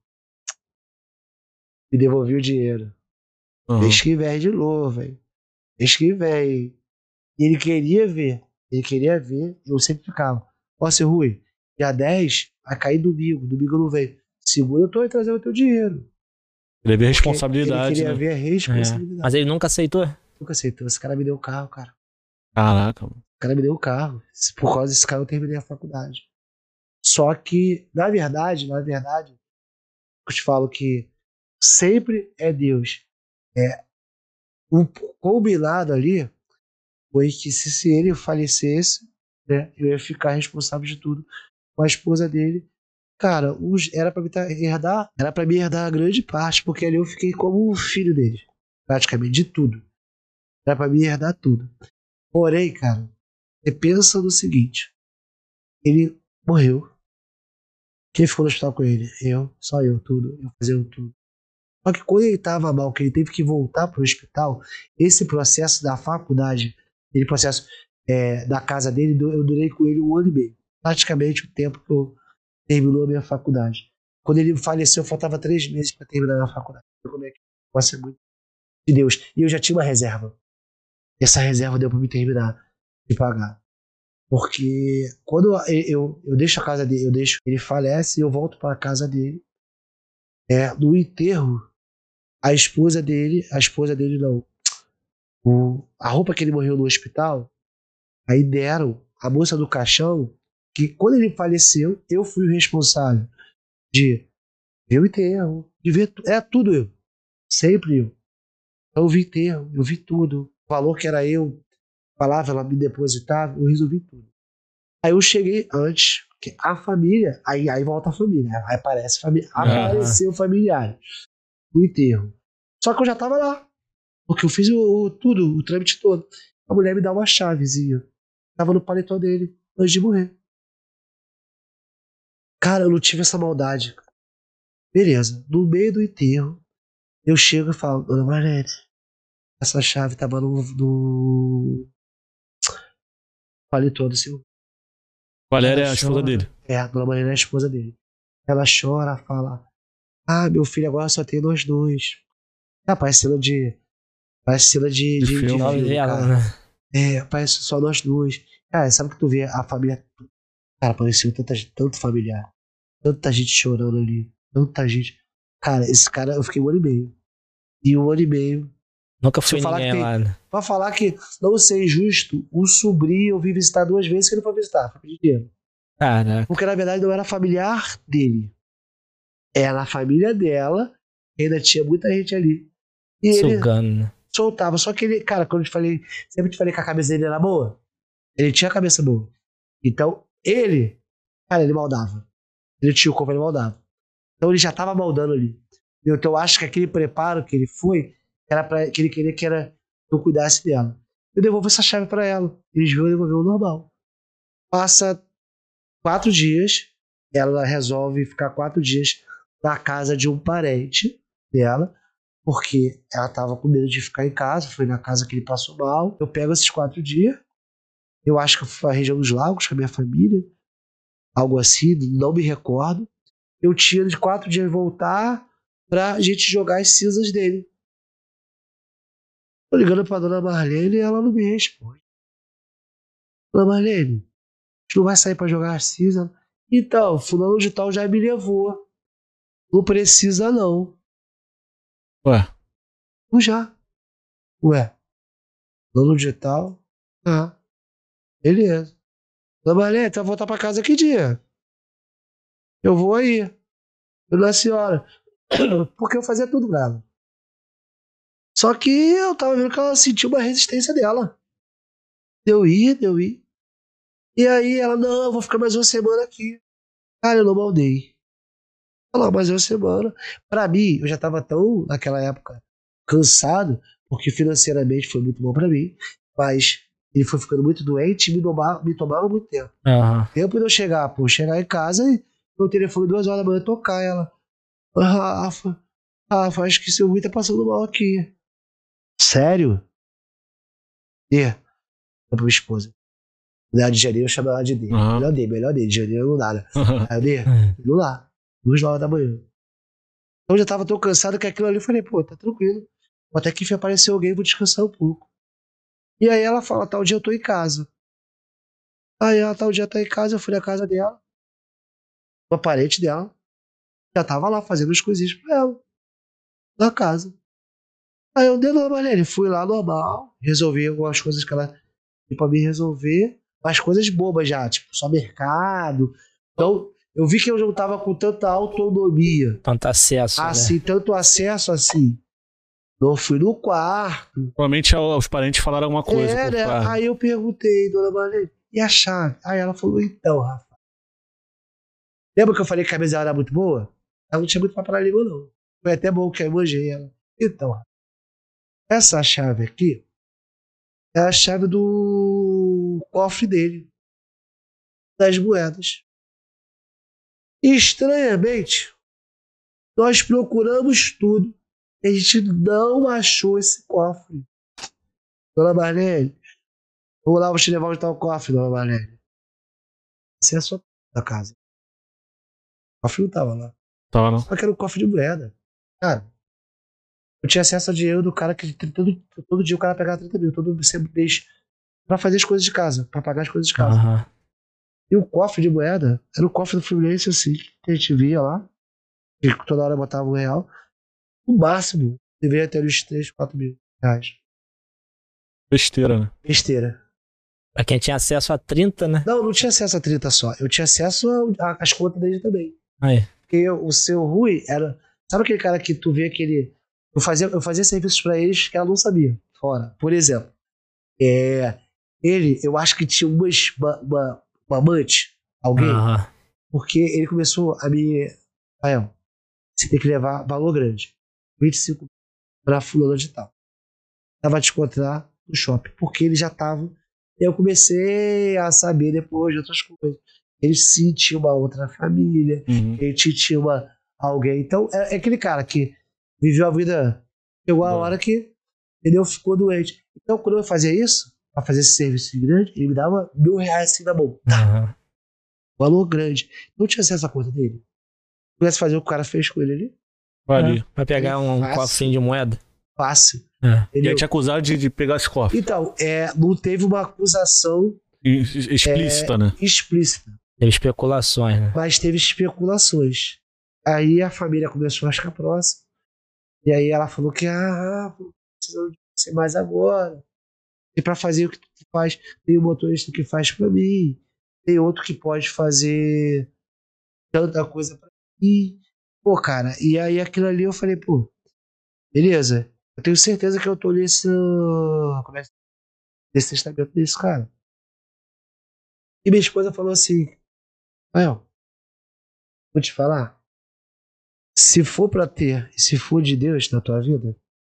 me devolvi o dinheiro. Uhum. Mês que vem de novo, velho. Mês que vem. E ele queria ver. Ele queria ver. Eu sempre ficava. Ó, seu Rui, dia dez vai cair domingo. Domingo não veio. Segura, eu tô aí trazendo o teu dinheiro. Ele vê Porque responsabilidade, ele queria né? ver a é. responsabilidade. Mas ele nunca aceitou? Nunca aceitou. Esse cara me deu o carro, cara. Caraca, mano. O cara me deu o carro. Por causa desse cara eu terminei a faculdade. Só que, na verdade, na verdade, eu te falo que sempre é Deus. É, um combinado ali foi que se, se ele falecesse, né, eu ia ficar responsável de tudo com a esposa dele. Cara, os, era pra me tá- herdar, era para me herdar a grande parte, porque ali eu fiquei como o filho dele, praticamente, de tudo. Era pra me herdar tudo. Porém, cara, você pensa no seguinte: ele morreu. Quem ficou no hospital com ele? Eu, só eu, tudo, eu fazendo tudo. Só que quando ele estava mal, que ele teve que voltar para o hospital, esse processo da faculdade, aquele processo é, da casa dele, eu durei com ele um ano e meio. Praticamente o tempo que eu terminou a minha faculdade. Quando ele faleceu, faltava três meses para terminar a faculdade. Como é que pode ser muito de Deus? E eu já tinha uma reserva. Essa reserva deu para me terminar de pagar. Porque quando eu, eu, eu deixo a casa dele, eu deixo, ele falece e eu volto para a casa dele. É, no enterro, a esposa dele, a esposa dele não, o, a roupa que ele morreu no hospital, aí deram a moça do caixão, que quando ele faleceu, eu fui o responsável de ver o enterro, de ver, é tudo eu, sempre eu. Então eu vi enterro, eu vi tudo, o valor que era eu, falava, ela me depositava, eu resolvi tudo. Aí eu cheguei antes, que a família, aí, aí volta a família, aí aparece família, apareceu familiar no enterro. Só que eu já tava lá. Porque eu fiz o, o- tudo, o trâmite todo. A mulher me dá uma chavezinha. Tava no paletó dele, antes de morrer. Cara, eu não tive essa maldade. Beleza, no meio do enterro, eu chego e falo, Dona Marlene, essa chave tava no, no paletó do seu. Valéria Ela é a esposa chora. dele. É, a Dona Marlene é a esposa dele. Ela chora, fala, ah, meu filho, agora só tem nós dois. Ah, parece cena de... Parece cena de, De de, de filme. Nove filme, dela, cara. né? É, parece só nós dois. Cara, sabe que tu vê a família... Cara, pareceu tanta, tanto familiar. Tanta gente chorando ali. Tanta gente. Cara, esse cara, eu fiquei um ano e meio. E um ano e meio. Nunca Se foi eu falar que ninguém tem. lá, né? Pra falar que não ser injusto, o sobrinho eu vim visitar duas vezes que ele não foi visitar. Foi pedir dinheiro. Caraca. Porque na verdade não era familiar dele. Era a família dela. Ainda tinha muita gente ali. E ele Sugando, né? soltava. Só que ele, cara, quando eu te falei, sempre te falei que a cabeça dele era boa. Ele tinha a cabeça boa. Então, ele, cara, ele maldava. Ele tinha o corpo, ele maldava. Então ele já tava maldando ali. Então eu acho que aquele preparo que ele foi, era para que ele queria que era que eu cuidasse dela. Eu devolvo essa chave para ela. Eles viram e devolveu o normal. Passa quatro dias, ela resolve ficar quatro dias na casa de um parente dela, porque ela tava com medo de ficar em casa, foi na casa que ele passou mal. Eu pego esses quatro dias, eu acho que eu fui à região dos lagos com a minha família, algo assim, não me recordo. Eu tinha de quatro dias voltar pra gente jogar as cinzas dele. Tô ligando pra dona Marlene e ela não me responde. Dona Marlene, a gente não vai sair pra jogar as cinzas? Então, fulano de tal já me levou. Não precisa não. Ué. Não já. Ué, fulano de tal? Ah, beleza. Dona Marlene, tu vai voltar pra casa que dia? Eu vou aí. Eu não, senhora. Porque eu fazia tudo pra ela. Só que eu tava vendo que ela sentiu uma resistência dela. Deu ir, deu ir. E aí ela, não, eu vou ficar mais uma semana aqui. Cara, eu não maldei. Ela, mais uma semana. Pra mim, eu já tava tão, naquela época, cansado, porque financeiramente foi muito bom pra mim, mas ele foi ficando muito doente e me tomava, me tomava muito tempo. Aham. Tempo de eu chegar, pô, chegar em casa e meu telefone duas horas da manhã tocar. Ela, ah, Rafa, Rafa, acho que seu Rui tá passando mal aqui. Sério? E, pra minha esposa. Mulher de janeiro, eu chamo ela de D. Aham. Melhor D, melhor D. De janeiro não nada. Aí eu D, indo lá. Duas horas da manhã. Então eu já tava tão cansado que aquilo ali eu falei, pô, tá tranquilo. Até que apareceu alguém, vou descansar um pouco. E aí ela fala, tal dia eu tô em casa. Aí ela, tal dia tá em casa, eu fui na casa dela. Uma parente dela. Já tava lá fazendo as coisinhas pra ela. Na casa. Aí eu dei lá, Marlene, fui lá normal. Resolvi algumas coisas que ela tinha pra mim resolver. Mas coisas bobas já, tipo, só mercado. Então, eu vi que eu não tava com tanta autonomia. Tanto acesso, Assim, né? tanto acesso assim. Não fui no quarto. Provavelmente os parentes falaram alguma coisa. É, por né? parte. Aí eu perguntei, dona Marlene, e a chave? Aí ela falou, então, Rafa. Lembra que eu falei que a camisa era muito boa? Ela não tinha muito papo na língua, não. Foi até bom que eu manjei ela. Então, Rafa, essa chave aqui é a chave do cofre dele, das moedas. E, estranhamente, nós procuramos tudo. E a gente não achou esse cofre. Dona Marlene, vamos lá, vou te levar onde está o cofre, dona Marlene. Essa é a sua da casa. O cofre não tava lá. Tava não. Só que era um cofre de moeda. Cara, eu tinha acesso ao dinheiro do cara que todo, todo dia o cara pegava trinta mil, todo mês, pra fazer as coisas de casa, pra pagar as coisas de casa. Aham. E o cofre de moeda era o cofre do Fluminense, assim, que a gente via lá, que toda hora botava um real. O máximo deveria ter uns três, quatro mil reais. Besteira, né? Besteira. Pra quem tinha acesso a trinta, né? Não, não tinha acesso a trinta só. Eu tinha acesso às contas dele também. Aí. Porque eu, o seu Rui era. Sabe aquele cara que tu vê que ele. Eu fazia, eu fazia serviços pra eles que ela não sabia. Fora. Por exemplo, é, ele, eu acho que tinha uma, uma, uma amante, alguém, Aham. porque ele começou a me. Rafael, você tem que levar valor grande. vinte e cinco pra fulano de tal. Tava te encontrar no shopping. Porque ele já tava. Eu comecei a saber depois de outras coisas. Ele sim tinha uma outra família. Uhum. Ele tinha uma, alguém. Então, é, é aquele cara que viveu a vida. Chegou a Bom. hora que, entendeu? Ficou doente. Então, quando eu fazia isso, pra fazer esse serviço grande, ele me dava mil reais assim na mão. Aham. Valor grande. Não tinha acesso à conta dele. Se pudesse fazer o que o cara fez com ele ali, Valia. Vai pegar um Fácil. cofrinho de moeda. fácil. É. E Entendeu? aí te acusaram de, de pegar esse cofre. Então, é, não teve uma acusação Ex- Explícita, né? explícita. Teve especulações, né? Mas teve especulações. Aí a família começou a ficar próxima. E aí ela falou que, ah, precisando de você mais agora. E pra fazer o que tu faz, tem um motorista que faz pra mim. Tem outro que pode fazer tanta coisa pra mim. Pô, cara, e aí aquilo ali eu falei, pô, beleza. Eu tenho certeza que eu tô nesse. Como é que nesse testamento desse cara. E minha esposa falou assim, Rael, vou te falar. Se for pra ter, e se for de Deus na tua vida,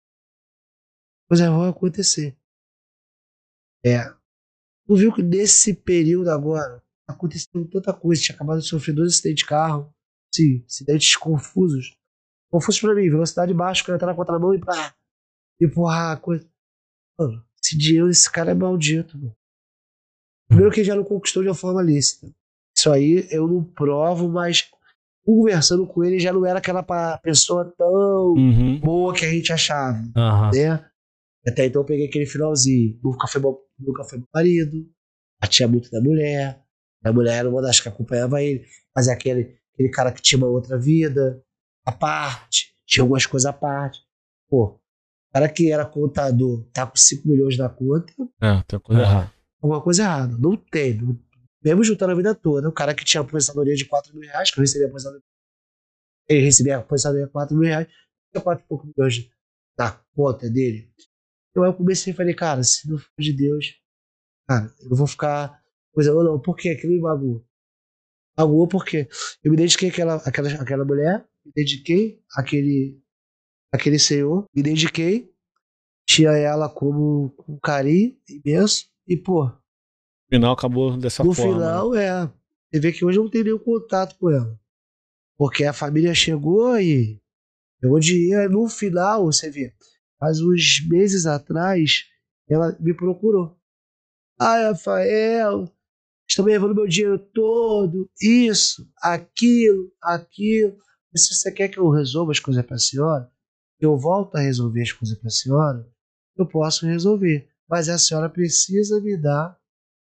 coisas vão acontecer. É. Tu viu que nesse período agora, aconteceu tanta coisa. Tinha acabado de sofrer dois acidentes de carro. Sim, acidentes confusos. Confusos pra mim, velocidade baixa, o cara tá na contramão e pá. Empurrar a coisa. Mano, esse dinheiro, esse cara é maldito, mano. Primeiro que ele já não conquistou de uma forma lícita. Isso aí eu não provo, mas conversando com ele já não era aquela pessoa tão Uhum. boa que a gente achava, Uhum. né? Até então eu peguei aquele finalzinho. Nunca foi meu, nunca foi meu marido. Batia muito da mulher. A mulher era uma das que acompanhava ele. Mas é aquele, aquele cara que tinha uma outra vida à parte. Tinha algumas coisas à parte. Pô, o cara que era contador tá com cinco milhões na conta. É, tem coisa É. errada. Alguma coisa errada. Não tem. Não, mesmo juntando a vida toda. O cara que tinha aposentadoria de quatro mil reais, que eu recebia aposentadoria. Ele recebia aposentadoria de quatro mil reais. Tinha quatro e poucos milhões na conta dele. Então eu comecei e falei, cara, se não for de Deus, cara, eu não vou ficar coisando, não. Por quê? Aquilo me magoou. Magoou porque eu me dediquei àquela, àquela, àquela mulher, me dediquei àquele, àquele senhor, me dediquei, tinha ela como um carinho imenso, e, pô, No final acabou dessa no forma. final, né? é. Você vê que hoje eu não tenho nenhum contato com ela. Porque a família chegou e pegou dinheiro. No final, você vê, faz uns meses atrás, ela me procurou. Ah, Rafael, estão me levando meu dinheiro todo, isso, aquilo, aquilo. Mas se você quer que eu resolva as coisas para a senhora, eu volto a resolver as coisas para a senhora, eu posso resolver. Mas a senhora precisa me dar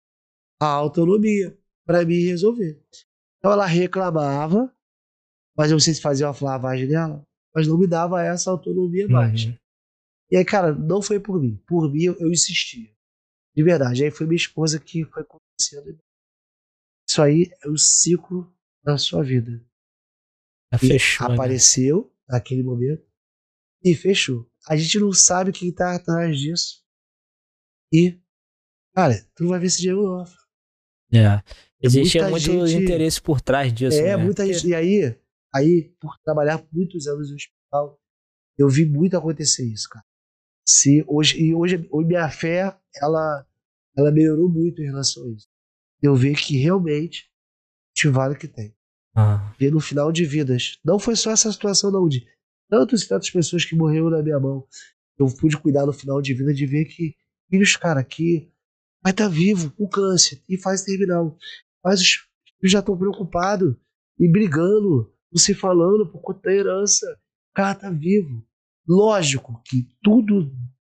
a autonomia para me resolver. Então ela reclamava, mas eu não sei se fazia uma lavagem dela, mas não me dava essa autonomia mais. Uhum. E aí, cara, não foi por mim. Por mim, eu, eu insistia. De verdade. Aí foi minha esposa que foi acontecendo. Isso aí é o ciclo da sua vida. Já E fechou, né? apareceu naquele momento e fechou. A gente não sabe quem tá atrás disso. E, cara, tu não vai ver esse dinheiro não. É. Existia muita muito gente- interesse por trás disso, É, né? muita gente. E aí, aí, por trabalhar muitos anos no hospital, eu vi muito acontecer isso, cara. Se hoje, e hoje, hoje minha fé, ela, ela melhorou muito em relação a isso. Eu vi que realmente a gente vale o que tem. Ah. E no final de vidas, não foi só essa situação não, de tantas e tantas pessoas que morreram na minha mão. Eu pude cuidar no final de vida de ver que filhos, cara, que vai estar vivo com câncer e fase terminal. Mas os filhos já estão preocupados e brigando, não se falando por conta da herança. O cara tá vivo. Lógico que tudo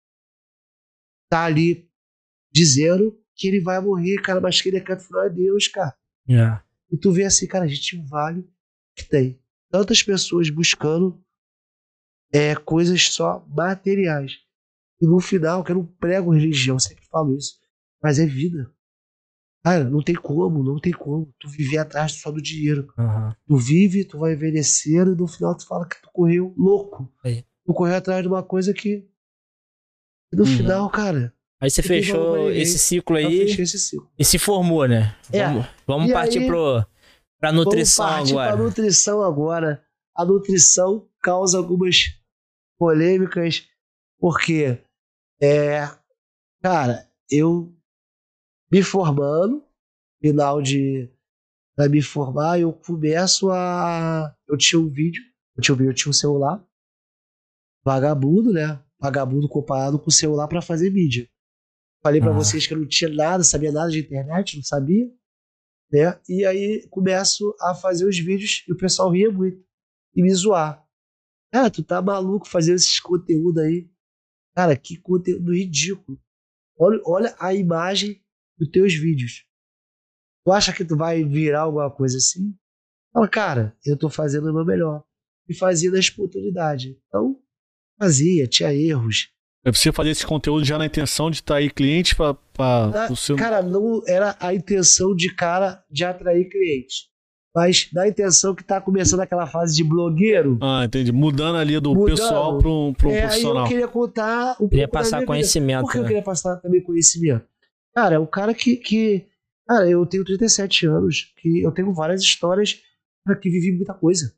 tá ali dizendo que ele vai morrer, cara, mas que ele é canto final é Deus, cara. É. E tu vê assim, cara, a gente vale o que tem. Tantas pessoas buscando é, coisas só materiais. E no final, que eu não prego religião, sempre falo isso, mas é vida. Cara, não tem como, não tem como. Tu viver atrás só do dinheiro. Uhum. Tu vive, tu vai envelhecendo e no final tu fala que tu correu louco. Aí. Tu correu atrás de uma coisa que, que no Uhum. final, cara, Aí você Não tem valor pra fechou ninguém. esse ciclo eu aí fechei esse ciclo. e se formou, né? É. Vamos, vamos E partir aí- pro, pra nutrição Vamos partir agora. para nutrição agora. A nutrição causa algumas polêmicas, porque, é, cara, eu me formando, final de para me formar, eu começo a. Eu tinha um vídeo, eu tinha um vídeo, eu tinha um celular, vagabundo, né? Vagabundo comparado com o celular para fazer mídia. Falei para Ah. vocês que eu não tinha nada, sabia nada de internet, não sabia, né? E aí começo a fazer os vídeos e o pessoal ria muito e me zoar. Cara, tu tá maluco fazendo esses conteúdos aí? Cara, que conteúdo ridículo. Olha, olha a imagem dos teus vídeos. Tu acha que tu vai virar alguma coisa assim? Fala, cara, eu tô fazendo o meu melhor. E fazia na espontaneidade. Então, fazia, tinha erros. É você fazer esse conteúdo já na intenção de atrair clientes pra, pra Ah, o seu... Cara, não era a intenção de cara de atrair clientes. Mas da intenção que tá começando aquela fase de blogueiro. Ah, entendi. Mudando ali do Mudando. pessoal para um, pra um é, aí eu profissional. queria contar um Queria pouco da passar minha vida. conhecimento, Por que eu né? queria passar também conhecimento? Cara, é um cara que, que... Cara, eu tenho trinta e sete anos, que eu tenho várias histórias para que vivi muita coisa.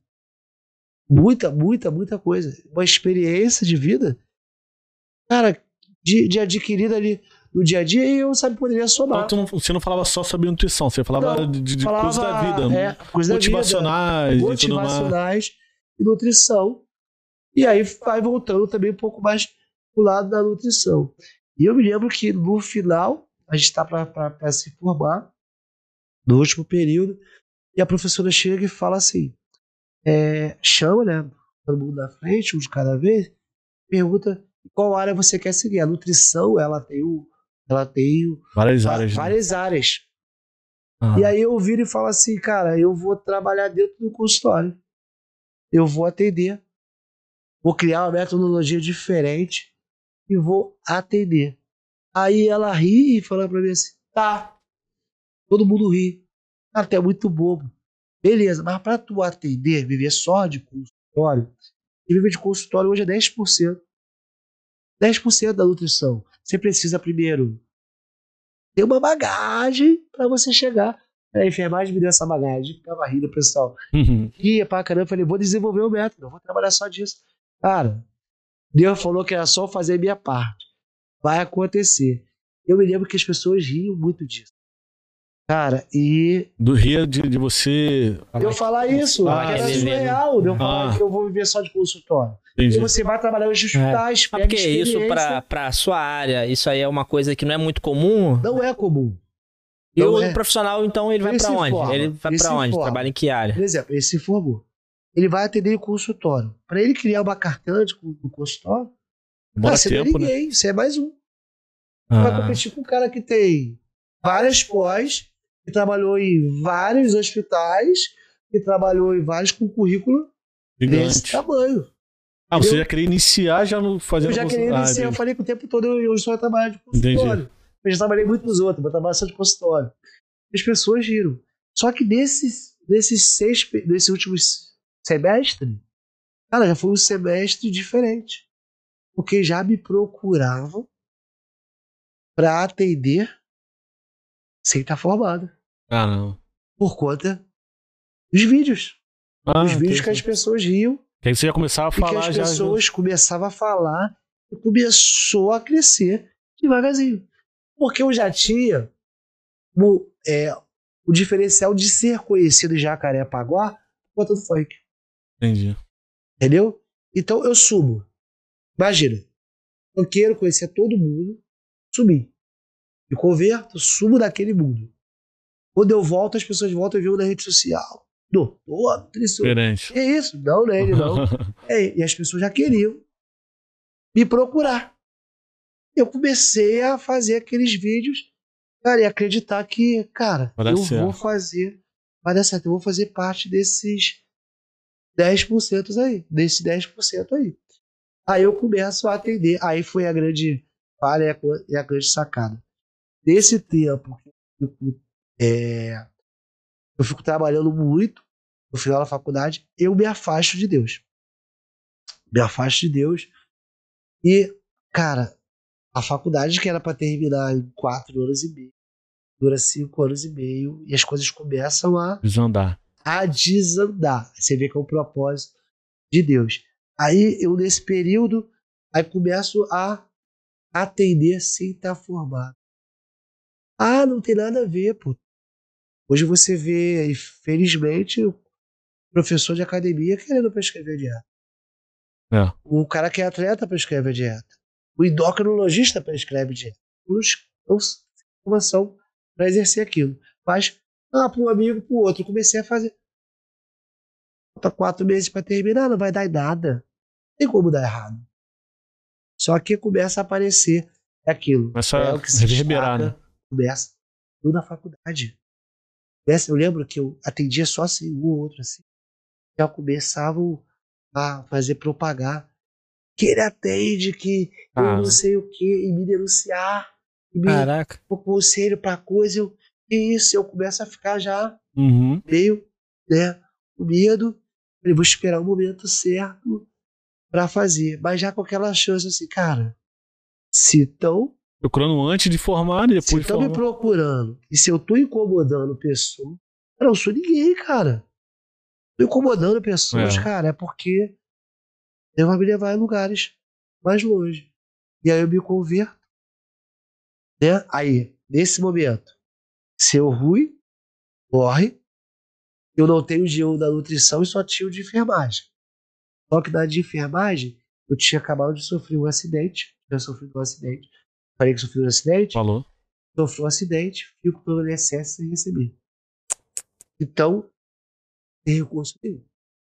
Muita, muita, muita coisa. Uma experiência de vida, cara, de, de adquirida ali no dia a dia e eu, sabe, poderia somar. Então tu não, você não falava só sobre nutrição, você falava Não, de, de falava, coisas da vida, é, coisa motivacionais, da vida, e tudo mais. motivacionais e nutrição. E aí vai voltando também um pouco mais pro lado da nutrição. E eu me lembro que no final, a gente está para se formar, no último período, e a professora chega e fala assim, é, chama, né, todo mundo na frente, um de cada vez, pergunta qual área você quer seguir. A nutrição, ela tem, o, ela tem o, várias áreas. Várias né? áreas. Ah. E aí eu viro e falo assim, cara, eu vou trabalhar dentro do consultório. Eu vou atender. Vou criar uma metodologia diferente e vou atender. Aí ela ri e fala pra mim assim, tá. Todo mundo ri. Até muito bobo. Beleza, mas pra tu atender, viver só de consultório, e viver de consultório hoje é dez por cento. dez por cento da nutrição. Você precisa primeiro ter uma bagagem pra você chegar. A enfermagem me deu essa bagagem. Ficava rindo, pessoal. Uhum. Ia pra caramba. Falei, vou desenvolver o método. Eu vou trabalhar só disso. Cara, Deus falou que era só fazer a minha parte. Vai acontecer. Eu me lembro que as pessoas riam muito disso. Cara, e... Do ria de, de você... Eu falar isso, Ah, que era ele surreal. De eu falar Ah. que eu vou viver só de consultório. Entendi. E você vai trabalhar nos hospitais, Ah, pega porque isso experiência. pra, pra sua área, isso aí é uma coisa que não é muito comum. Não é comum. E Não o é. profissional, então, ele vai Ele pra se onde? forma, Ele vai ele pra se onde? forma. Trabalha em que área? Por exemplo, ele se formou. Ele vai atender em consultório. Para ele criar uma carteira de do consultório, Demora ah, você tempo, não é né? ninguém, você é mais um. Vai Ah, competir com um cara que tem várias pós, que trabalhou em vários hospitais, que trabalhou em vários com currículo desse gigante. tamanho. Ah, você entendeu? já queria iniciar já no fazendo Eu já queria ah, iniciar, eu entendi. falei que o tempo todo eu, eu só trabalho de consultório. Eu já trabalhei muito nos outros, mas trabalho só de consultório. As pessoas riram. Só que nesses, nesses seis, nesses últimos semestres, cara, já foi um semestre diferente. Porque já me procuravam para atender sem estar formado. Ah, não. Por conta dos vídeos. Ah, Os vídeos entendi. que as pessoas riam Que aí você já começava a e que falar as já. pessoas começavam a falar e começou a crescer devagarzinho. Porque eu já tinha o, é, o diferencial de ser conhecido em Jacarepaguá por conta do funk. Entendi. Entendeu? Então eu subo. Imagina, funkeiro, conhecia todo mundo, subi. Me converto, subo daquele mundo. Quando eu volto, as pessoas voltam e viram na rede social. Doutor, nutricionista. Diferente. Que isso? Não, não é ele não. É, e as pessoas já queriam me procurar. Eu comecei a fazer aqueles vídeos, cara, e acreditar que, cara, Vai dar eu certo. vou fazer, vai dar certo, eu vou fazer parte desses dez por cento aí, desses dez por cento aí. Aí eu começo a atender, aí foi a grande falha e a, e a grande sacada. Nesse tempo, eu, é, eu fico trabalhando muito, no final da faculdade, eu me afasto de Deus. Me afasto de Deus. E, cara, a faculdade que era para terminar em quatro anos e meio, dura cinco anos e meio, e as coisas começam a, Desandar. a desandar. Você vê que é o propósito de Deus. Aí eu, nesse período, aí começo a atender sem estar formado. Ah, não tem nada a ver, pô. Hoje você vê, infelizmente, o professor de academia querendo prescrever dieta. É. O cara que é atleta prescreve a dieta. O endocrinologista prescreve dieta. Os formação para exercer aquilo. Mas, ah, para um amigo, para o outro. Eu comecei a fazer. Falta quatro meses para terminar, não vai dar em nada. Não tem como dar errado. Só que começa a aparecer aquilo. Começa é a o que se reverberar, destaca, Começa. Eu na faculdade. Eu lembro que eu atendia só assim, um ou outro assim. Já começavam a fazer propagar. Que ele atende, que Ah. eu não sei o que, e me denunciar, e me Caraca. o conselho pra coisa. Eu, que isso? Eu começo a ficar já Uhum. meio, né, com medo. Falei, vou esperar o momento certo pra fazer. Mas já com aquela chance assim, cara, se estão Procurando antes de formar e se depois de estão me formar. procurando, e se eu tô incomodando pessoas, eu não sou ninguém, cara. Tô incomodando pessoas, É. cara, é porque eu vou me levar em lugares mais longe. E aí eu me converto. Né? Aí, nesse momento, se eu ruim, morre, eu não tenho o dinheiro da nutrição e só tinha o de enfermagem. Só que na de enfermagem, eu tinha acabado de sofrer um acidente, tinha sofrido um acidente, falei que sofri um acidente, Falou. sofri um acidente, fico pelo I N S S sem receber. Então, sem recurso nenhum.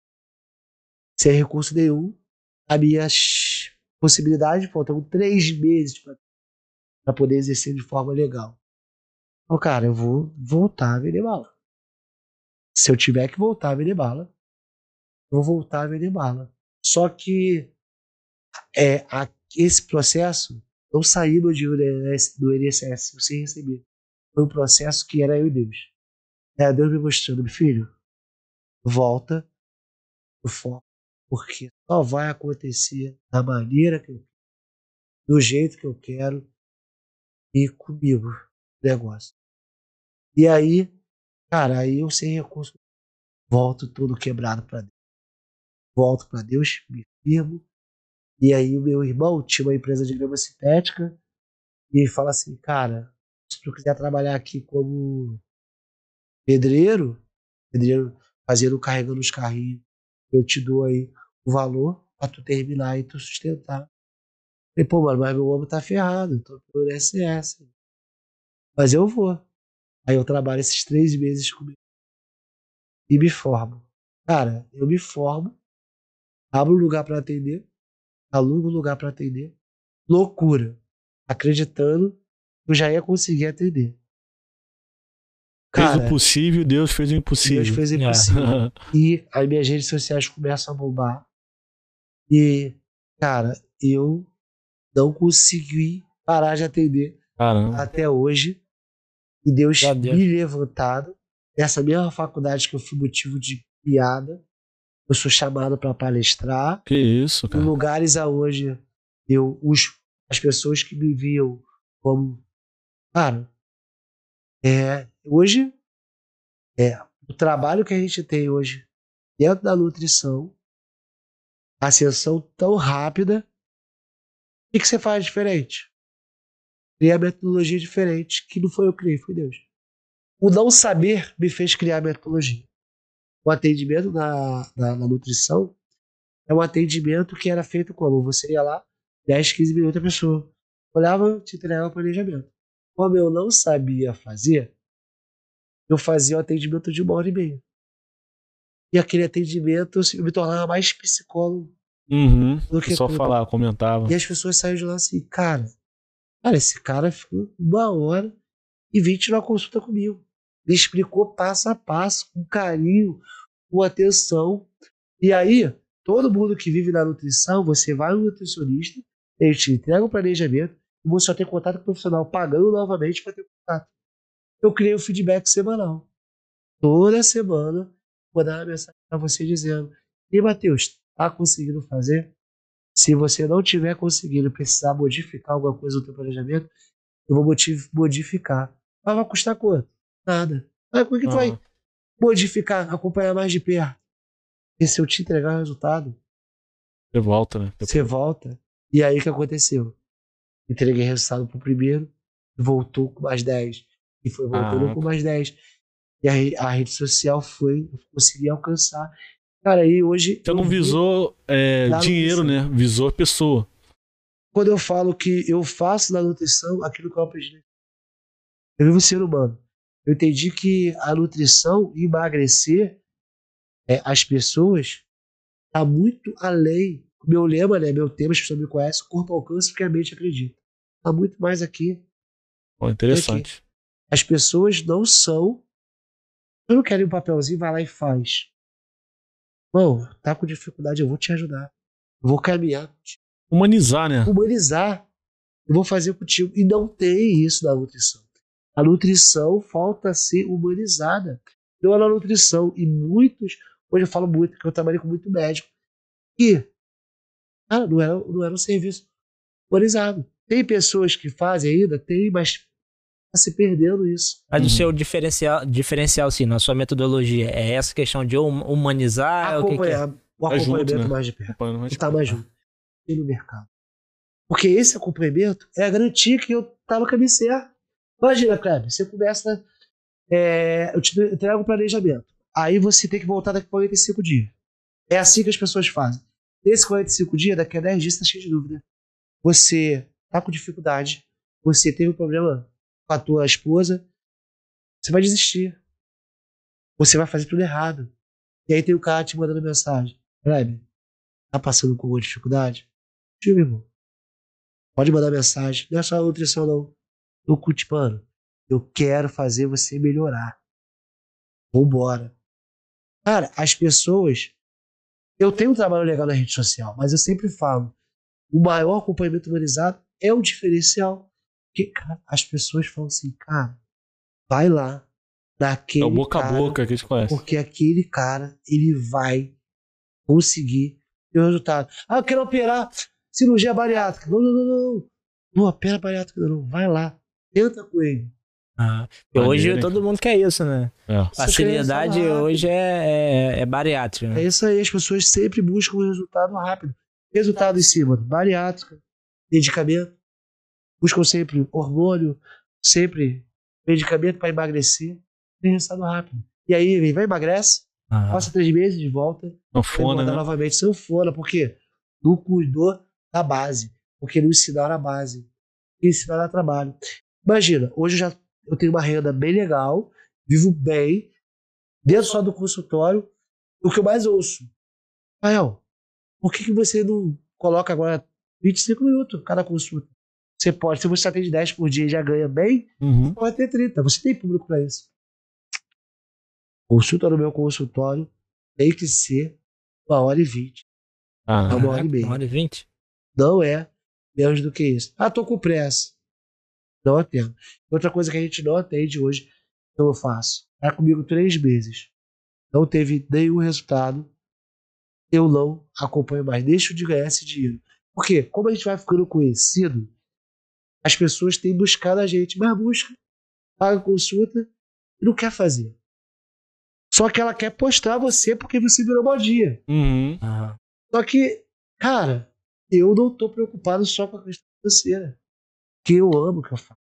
Sem recurso nenhum, a minha possibilidade, faltam três meses para poder exercer de forma legal. Então, cara, eu vou voltar a vender bala. Se eu tiver que voltar a vender bala, eu vou voltar a vender bala. Só que é, a, esse processo não saiu do dinheiro do I N S S sem receber. Foi um processo que era eu e Deus. Era Deus me mostrando, meu filho, volta pro foco, porque só vai acontecer da maneira que eu quero, do jeito que eu quero e comigo o negócio. E aí, cara, aí eu sem recurso, volto todo quebrado para Deus. Volto para Deus, me firmo. E aí o meu irmão tinha uma empresa de grama sintética e fala assim, cara, se tu quiser trabalhar aqui como pedreiro, pedreiro fazendo, carregando os carrinhos, eu te dou aí o valor pra tu terminar e tu sustentar. Falei, pô, mano, mas meu ombro tá ferrado, eu tô pelo I N S S. Mas eu vou. Aí eu trabalho esses três meses comigo e me formo. Cara, eu me formo, abro um lugar pra atender, alugo um lugar pra atender. Loucura. Acreditando que eu já ia conseguir atender. Cara, fez Cara, o possível, Deus fez o impossível. Deus fez o impossível. É. E as minhas redes sociais começam a bombar. E, cara, eu não consegui parar de atender Caramba. até hoje. E Deus Meu Deus. me levantado. Nessa mesma faculdade que eu fui motivo de piada, eu sou chamado para palestrar. Que isso, Em cara. lugares aonde eu, os, as pessoas que me viam como... Cara, é, hoje, é, o trabalho que a gente tem hoje dentro da nutrição, a ascensão tão rápida, o que, que você faz diferente? Criar metodologia diferente, que não foi eu que criei, foi Deus. O não saber me fez criar metodologia. O atendimento na, na, na nutrição é um atendimento que era feito como? Você ia lá, dez, quinze minutos a pessoa olhava, te entregava o planejamento. Como eu não sabia fazer, eu fazia o atendimento de uma hora e meia. E aquele atendimento eu me tornava mais psicólogo Uhum. do que Só tudo. falar, comentava. E as pessoas saíram de lá assim, cara, cara, esse cara ficou uma hora e vinte na consulta comigo. Me explicou passo a passo, com carinho, com atenção. E aí, todo mundo que vive na nutrição, você vai no nutricionista, ele te entrega o planejamento e você só tem contato com o profissional pagando novamente para ter contato. Eu criei o feedback semanal. Toda semana, vou dar uma mensagem para você dizendo: e Matheus, tá conseguindo fazer? Se você não tiver conseguindo precisar modificar alguma coisa no teu planejamento, eu vou modificar. Mas vai custar quanto? Nada. Mas como é que tu Ah. vai modificar, acompanhar mais de perto? E se eu te entregar o resultado, Você volta, né? você volta. E aí o que aconteceu? Entreguei resultado pro primeiro, voltou com mais dez. E foi voltando Ah. com mais dez. E aí a rede social foi, eu consegui alcançar. Cara, aí hoje... Você não eu vi- visou é, Lá no dinheiro, nutrição. né? Visou a pessoa. Quando eu falo que eu faço na nutrição aquilo que eu aprendi, eu vivo ser humano. Eu entendi que a nutrição e emagrecer é, as pessoas está muito além. Meu lema, né, meu tema, as pessoas me conhecem, o corpo alcança porque a mente acredita. Está muito mais aqui. Pô, interessante. As pessoas não são... Eu não quero um papelzinho, vai lá e faz. Não, tá com dificuldade, eu vou te ajudar. Eu vou caminhar. Humanizar, né? Humanizar. Eu vou fazer contigo. E não tem isso na nutrição. A nutrição falta ser humanizada. Não é na nutrição. E muitos, hoje eu falo muito, porque eu trabalhei com muito médico, que ah, não, era, não era um serviço humanizado. Tem pessoas que fazem ainda, tem, mas está se perdendo isso. Mas Uhum. o seu diferencial, diferencial, sim, na sua metodologia, é essa questão de hum- humanizar? É o que que é? Acompanhar, o Tá acompanhamento junto, né? mais de perto. Acompanhando mais de Está perto. mais junto. E no mercado. Porque esse acompanhamento é a garantia que eu tava no caminho certo. Imagina, Kleber, você começa, é, eu te entrego um planejamento. Aí você tem que voltar daqui a quarenta e cinco dias. É assim que as pessoas fazem. Nesses quarenta e cinco dias, daqui a dez dias, você tá cheio de dúvida. Você tá com dificuldade, você teve um problema com a tua esposa, você vai desistir. Você vai fazer tudo errado. E aí tem o cara te mandando mensagem. Kleber, tá passando com alguma dificuldade? Tio, meu irmão. Pode mandar mensagem. Não é só a nutrição, não. Tô cultivando. Eu quero fazer você melhorar. Vambora. Cara, as pessoas... Eu tenho um trabalho legal na rede social, mas eu sempre falo, o maior acompanhamento humanizado é o diferencial. Porque, cara, as pessoas falam assim, cara, vai lá, naquele É o boca cara, a boca que a gente conhece. porque aquele cara, ele vai conseguir ter o resultado. Ah, eu quero operar cirurgia bariátrica. Não, não, não, não. Não opera bariátrica, não. Vai lá, tenta com ele. Ah, Maneiro, hoje hein, todo cara? mundo quer isso, né? É. Facilidade Isso é hoje é, é, é bariátrica, É né? isso aí, as pessoas sempre buscam um resultado rápido. Resultado em cima de bariátrica, medicamento. Buscam sempre hormônio, sempre medicamento para emagrecer. Tem resultado rápido. E aí ele vai, emagrece, Ah, passa três meses de volta, Não vai fona, engordar né? novamente sanfona, porque não cuidou da base, porque não ensinaram a base, ensinaram a trabalho. Imagina, hoje eu já eu tenho uma renda bem legal, vivo bem, dentro só do consultório. O que eu mais ouço, Rael, por que, que você não coloca agora vinte e cinco minutos cada consulta? Você pode, se você atende dez por dia e já ganha bem, Uhum. pode ter trinta. Você tem público para isso. Consulta no meu consultório tem que ser uma hora e vinte. Ah, É uma hora caraca, e meia. uma hora e vinte? Não é menos do que isso. Ah, tô com pressa. Não atendo. Outra coisa que a gente não atende hoje, que eu faço. Tá comigo três meses. Não teve nenhum resultado. Eu não acompanho mais. Deixo de ganhar esse dinheiro. Porque, como a gente vai ficando conhecido, as pessoas têm buscado a gente. Mas busca, paga consulta e não quer fazer. Só que ela quer postar você porque você virou modinha. Uhum. Ah, Só que, cara, eu não tô preocupado só com a questão financeira. Que eu amo o que eu faço.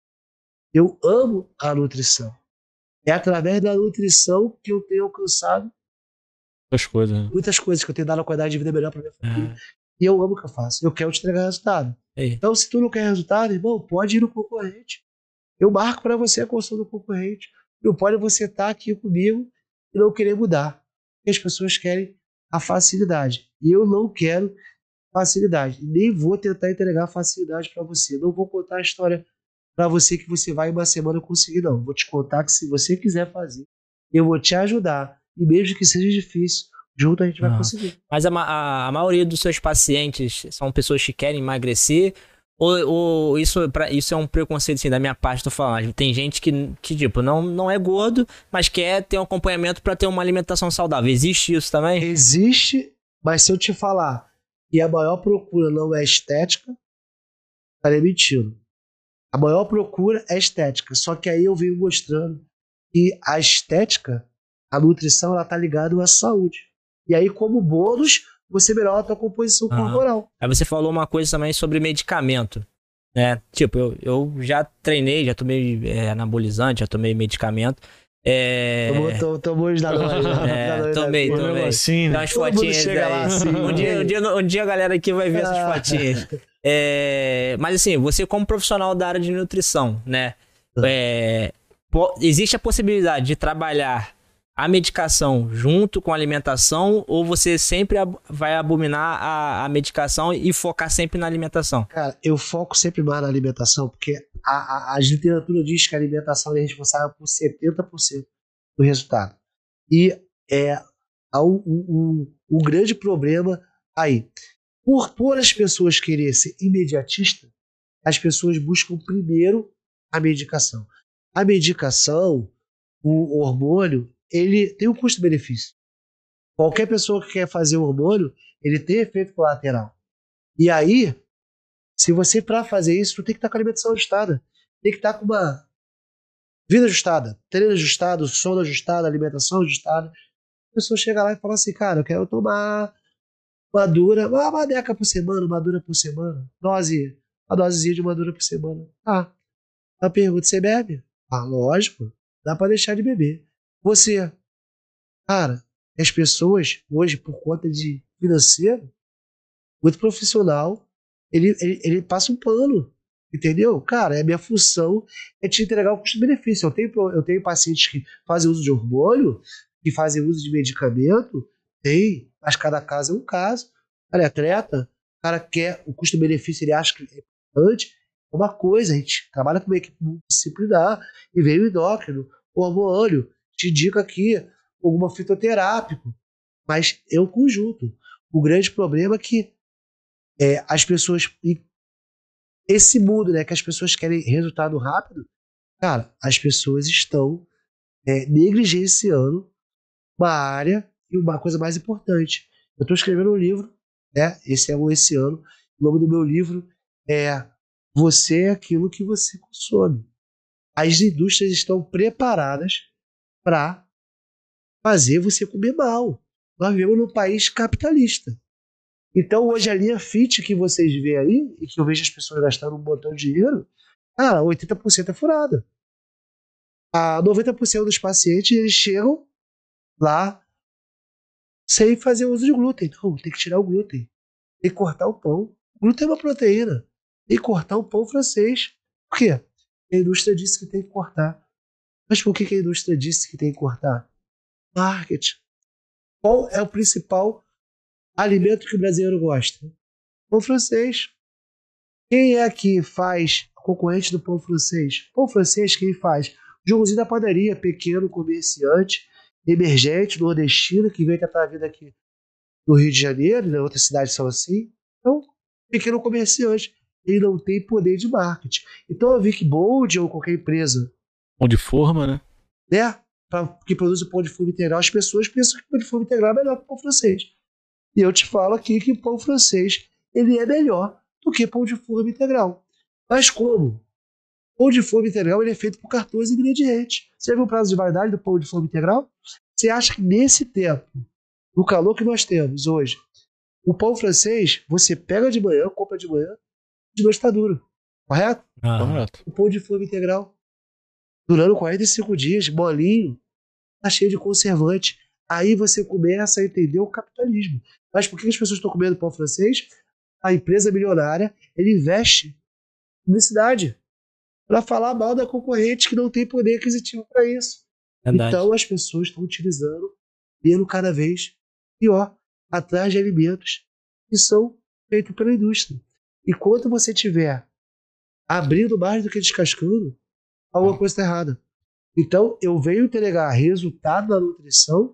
Eu amo a nutrição. É através da nutrição que eu tenho alcançado Essas coisas, né? muitas coisas, que eu tenho dado uma qualidade de vida melhor pra minha família. ah, E eu amo o que eu faço. Eu quero te entregar resultado. aí. Então, se tu não quer resultado, irmão, pode ir no concorrente. Eu marco pra você a consulta do concorrente. Não pode você estar aqui comigo e não querer mudar. Porque as pessoas querem a facilidade. E eu não quero facilidade. Nem vou tentar entregar facilidade pra você. Não vou contar a história pra você que você vai em uma semana conseguir, não. Vou te contar que se você quiser fazer, eu vou te ajudar. E mesmo que seja difícil, junto a gente vai Ah. conseguir. Mas a, ma- a, a maioria dos seus pacientes são pessoas que querem emagrecer? Ou, ou isso, pra, isso é um preconceito assim, da minha parte, tô falando. Tem gente que, que tipo, não, não é gordo, mas quer ter um acompanhamento pra ter uma alimentação saudável. Existe isso também? Existe, mas se eu te falar que a maior procura não é estética, estarei mentindo. A maior procura é estética. Só que aí eu venho mostrando que a estética, a nutrição, ela tá ligada à saúde. E aí, como bônus, você melhora a tua composição Aham. corporal. Aí você falou uma coisa também sobre medicamento, né? Tipo, eu, eu já treinei, já tomei é, anabolizante, já tomei medicamento. É... Tomou, tomou, tomou os dadões, né? É, Dadões da tomei, vida. Um tomei. negocinho, Tem né? umas Todo mundo fotinhas chega aí. lá assim, um, dia, um, dia, um dia a galera aqui vai ver essas Ah. fotinhas. É, mas assim, você como profissional da área de nutrição, né? É, po- existe a possibilidade de trabalhar a medicação junto com a alimentação, ou você sempre ab- vai abominar a, a medicação e focar sempre na alimentação? Cara, eu foco sempre mais na alimentação, porque a, a, a literatura diz que a alimentação é responsável por setenta por cento do resultado. E é, há um, um, um, um grande problema aí. Por, por as pessoas quererem ser imediatistas, as pessoas buscam primeiro a medicação. A medicação, o hormônio, ele tem um custo-benefício. Qualquer pessoa que quer fazer o hormônio, ele tem efeito colateral. E aí, se você, para fazer isso, tu tem que estar com a alimentação ajustada. Tem que estar com uma vida ajustada, treino ajustado, sono ajustado, alimentação ajustada. A pessoa chega lá e fala assim, cara, eu quero tomar Madura, uma, uma deca por semana, madura por semana. Dose, uma dosezinha de madura por semana. Ah, a pergunta, você bebe? Ah, lógico, dá pra deixar de beber. Você, cara, as pessoas hoje, por conta de financeiro, muito profissional, ele, ele, ele passa um pano, entendeu? Cara, é minha função é te entregar o custo-benefício. Eu tenho, eu tenho pacientes que fazem uso de hormônio, que fazem uso de medicamento, tem, mas cada caso é um caso. Cara, é atleta, o cara quer o custo-benefício, ele acha que é importante, é uma coisa, a gente trabalha com uma equipe multidisciplinar e veio o endócrino, o hormônio, te indica aqui alguma fitoterápico, mas é um conjunto. O grande problema é que é, as pessoas, esse mundo, né, que as pessoas querem resultado rápido, cara, as pessoas estão é, negligenciando uma área e uma coisa mais importante. Eu estou escrevendo um livro, né, esse é o Esse Ano, o nome do meu livro é Você é Aquilo que Você Consome. As indústrias estão preparadas para fazer você comer mal. Nós vivemos num país capitalista. Então, hoje, a linha fit que vocês veem aí, e que eu vejo as pessoas gastando um montão de dinheiro, cara, oitenta por cento é furada. A noventa por cento dos pacientes, eles chegam lá sem fazer uso de glúten. Não, tem que tirar o glúten. Tem que cortar o pão. O glúten é uma proteína. Tem que cortar o pão francês. Por quê? A indústria disse que tem que cortar. Mas por que a indústria disse que tem que cortar? Marketing. Qual é o principal alimento que o brasileiro gosta? Pão francês. Quem é que faz concorrente do pão francês? Pão francês quem faz? Joãozinho da padaria, pequeno comerciante, emergente, nordestino, que veio tentar a vida aqui no Rio de Janeiro, e nas outras cidades são assim. Então, pequeno comerciante. Ele não tem poder de marketing. Então, a Vic Bold ou qualquer empresa, Pão de forma, né? né, pra, que produz o pão de forma integral, as pessoas pensam que o pão de forma integral é melhor que o pão francês. E eu te falo aqui que o pão francês ele é melhor do que pão de forma integral. Mas como? Pão de forma integral ele é feito por quatorze ingredientes. Você viu o prazo de validade do pão de forma integral? Você acha que nesse tempo, no calor que nós temos hoje, o pão francês, você pega de manhã, compra de manhã, de noite está duro. Correto? Ah, Correto. O pão de forma integral, durando quarenta e cinco dias, molinho, tá cheio de conservante. Aí você começa a entender o capitalismo. Mas por que as pessoas estão comendo pão francês? A empresa milionária, ele investe em publicidade para falar mal da concorrente que não tem poder aquisitivo para isso. verdade. Então as pessoas estão utilizando, indo cada vez pior, atrás de alimentos que são feitos pela indústria. E quando você tiver abrindo mais do que descascando, alguma coisa está errada. Então, eu venho entregar resultado da nutrição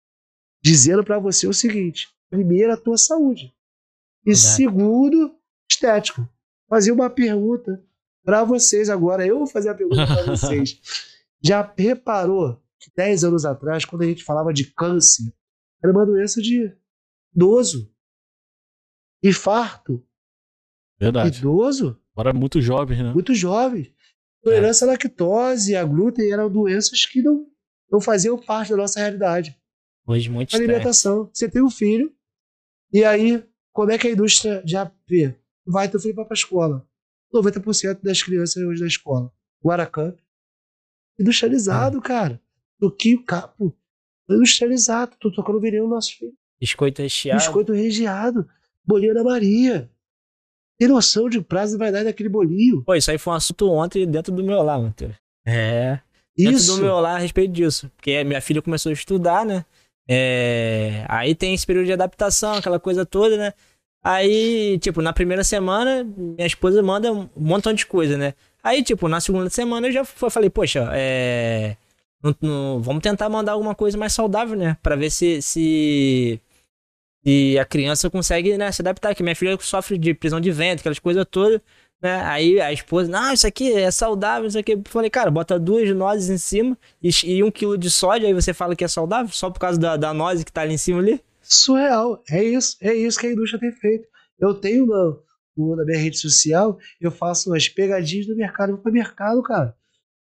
dizendo para você o seguinte: primeiro, a tua saúde. E Verdade. segundo, estético. Fazer uma pergunta para vocês agora. Eu vou fazer a pergunta para vocês. Já reparou que dez anos atrás, quando a gente falava de câncer, era uma doença de idoso? Infarto? Verdade. Idoso? Agora muito jovem, né? Muito jovem. Intolerância à lactose, a glúten eram doenças que não, não faziam parte da nossa realidade. Hoje muito estresse. Alimentação. Você tem um filho, e aí, como é que a indústria já vê? Vai teu filho para a escola. noventa por cento das crianças hoje na escola. Guaracamp. Industrializado, Ah. cara. Toquinho, capo. Industrializado. Tô tocando veneno no nosso filho. Biscoito recheado. Biscoito recheado. Bolinho da Maria. Tem noção de prazo de validade daquele bolinho? Pô, isso aí foi um assunto ontem dentro do meu lar, Matheus. É. Dentro Isso. do meu lar a respeito disso. Porque minha filha começou a estudar, né? É... Aí tem esse período de adaptação, aquela coisa toda, né? Aí, tipo, na primeira semana, minha esposa manda um montão de coisa, né? Aí, tipo, na segunda semana eu já fui- falei, poxa, é... não- não- vamos tentar mandar alguma coisa mais saudável, né? Pra ver se, se, se a criança consegue, né, se adaptar. Que minha filha sofre de prisão de ventre, aquelas coisas todas, né? Aí a esposa, não, isso aqui é saudável, isso aqui. Eu falei, cara, bota duas nozes em cima e, e um quilo de sódio, aí você fala que é saudável só por causa da, da noze que tá ali em cima ali? Surreal. É isso. É isso que a indústria tem feito. Eu tenho na, no- na minha rede social, eu faço as pegadinhas do mercado. Eu vou para mercado, cara.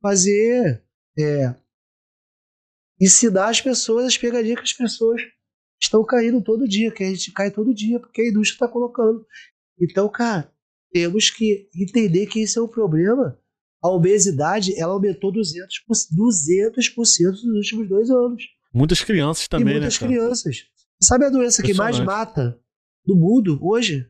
Fazer. É, ensinar as pessoas as pegadinhas que as pessoas estão caindo todo dia, que a gente cai todo dia, porque a indústria está colocando. Então, cara, temos que entender que esse é um problema. A obesidade, ela aumentou duzentos por cento, duzentos por cento nos últimos dois anos. Muitas crianças também, e muitas né, cara? crianças. Sabe a doença que mais mata no mundo hoje?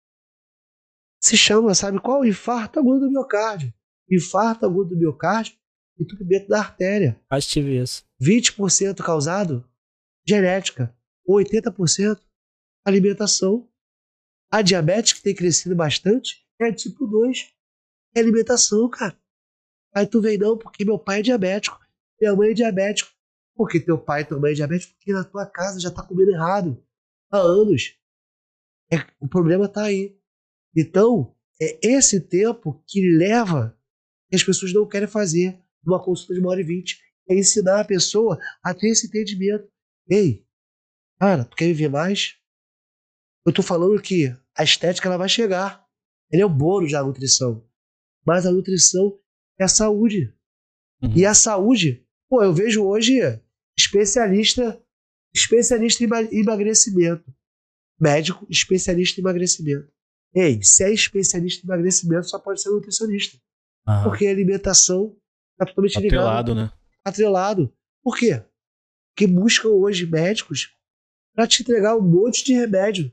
Se chama, sabe qual? Infarto agudo do miocárdio. Infarto agudo do miocárdio e entupimento da artéria. Acho que tive isso. vinte por cento causado genética. oitenta por cento alimentação. A diabetes, que tem crescido bastante, é tipo dois. É alimentação, cara. Aí tu vem, não, porque meu pai é diabético, minha mãe é diabético. Porque teu pai e tua mãe é diabético, porque na tua casa já tá comendo errado há anos. É, o problema tá aí. Então, é esse tempo que leva, que as pessoas não querem fazer numa consulta de uma hora e vinte. É ensinar a pessoa a ter esse entendimento. Ei, cara, tu quer viver mais? Eu tô falando que a estética ela vai chegar. Ele é o bônus da nutrição. Mas a nutrição é a saúde. Uhum. E a saúde, pô, eu vejo hoje especialista, especialista em emagrecimento. Médico, especialista em emagrecimento. Ei, se é especialista em emagrecimento, só pode ser nutricionista. Ah. Porque a alimentação está totalmente ligada. Atrelado, né? Atrelado. Por quê? Porque buscam hoje médicos para te entregar um monte de remédio.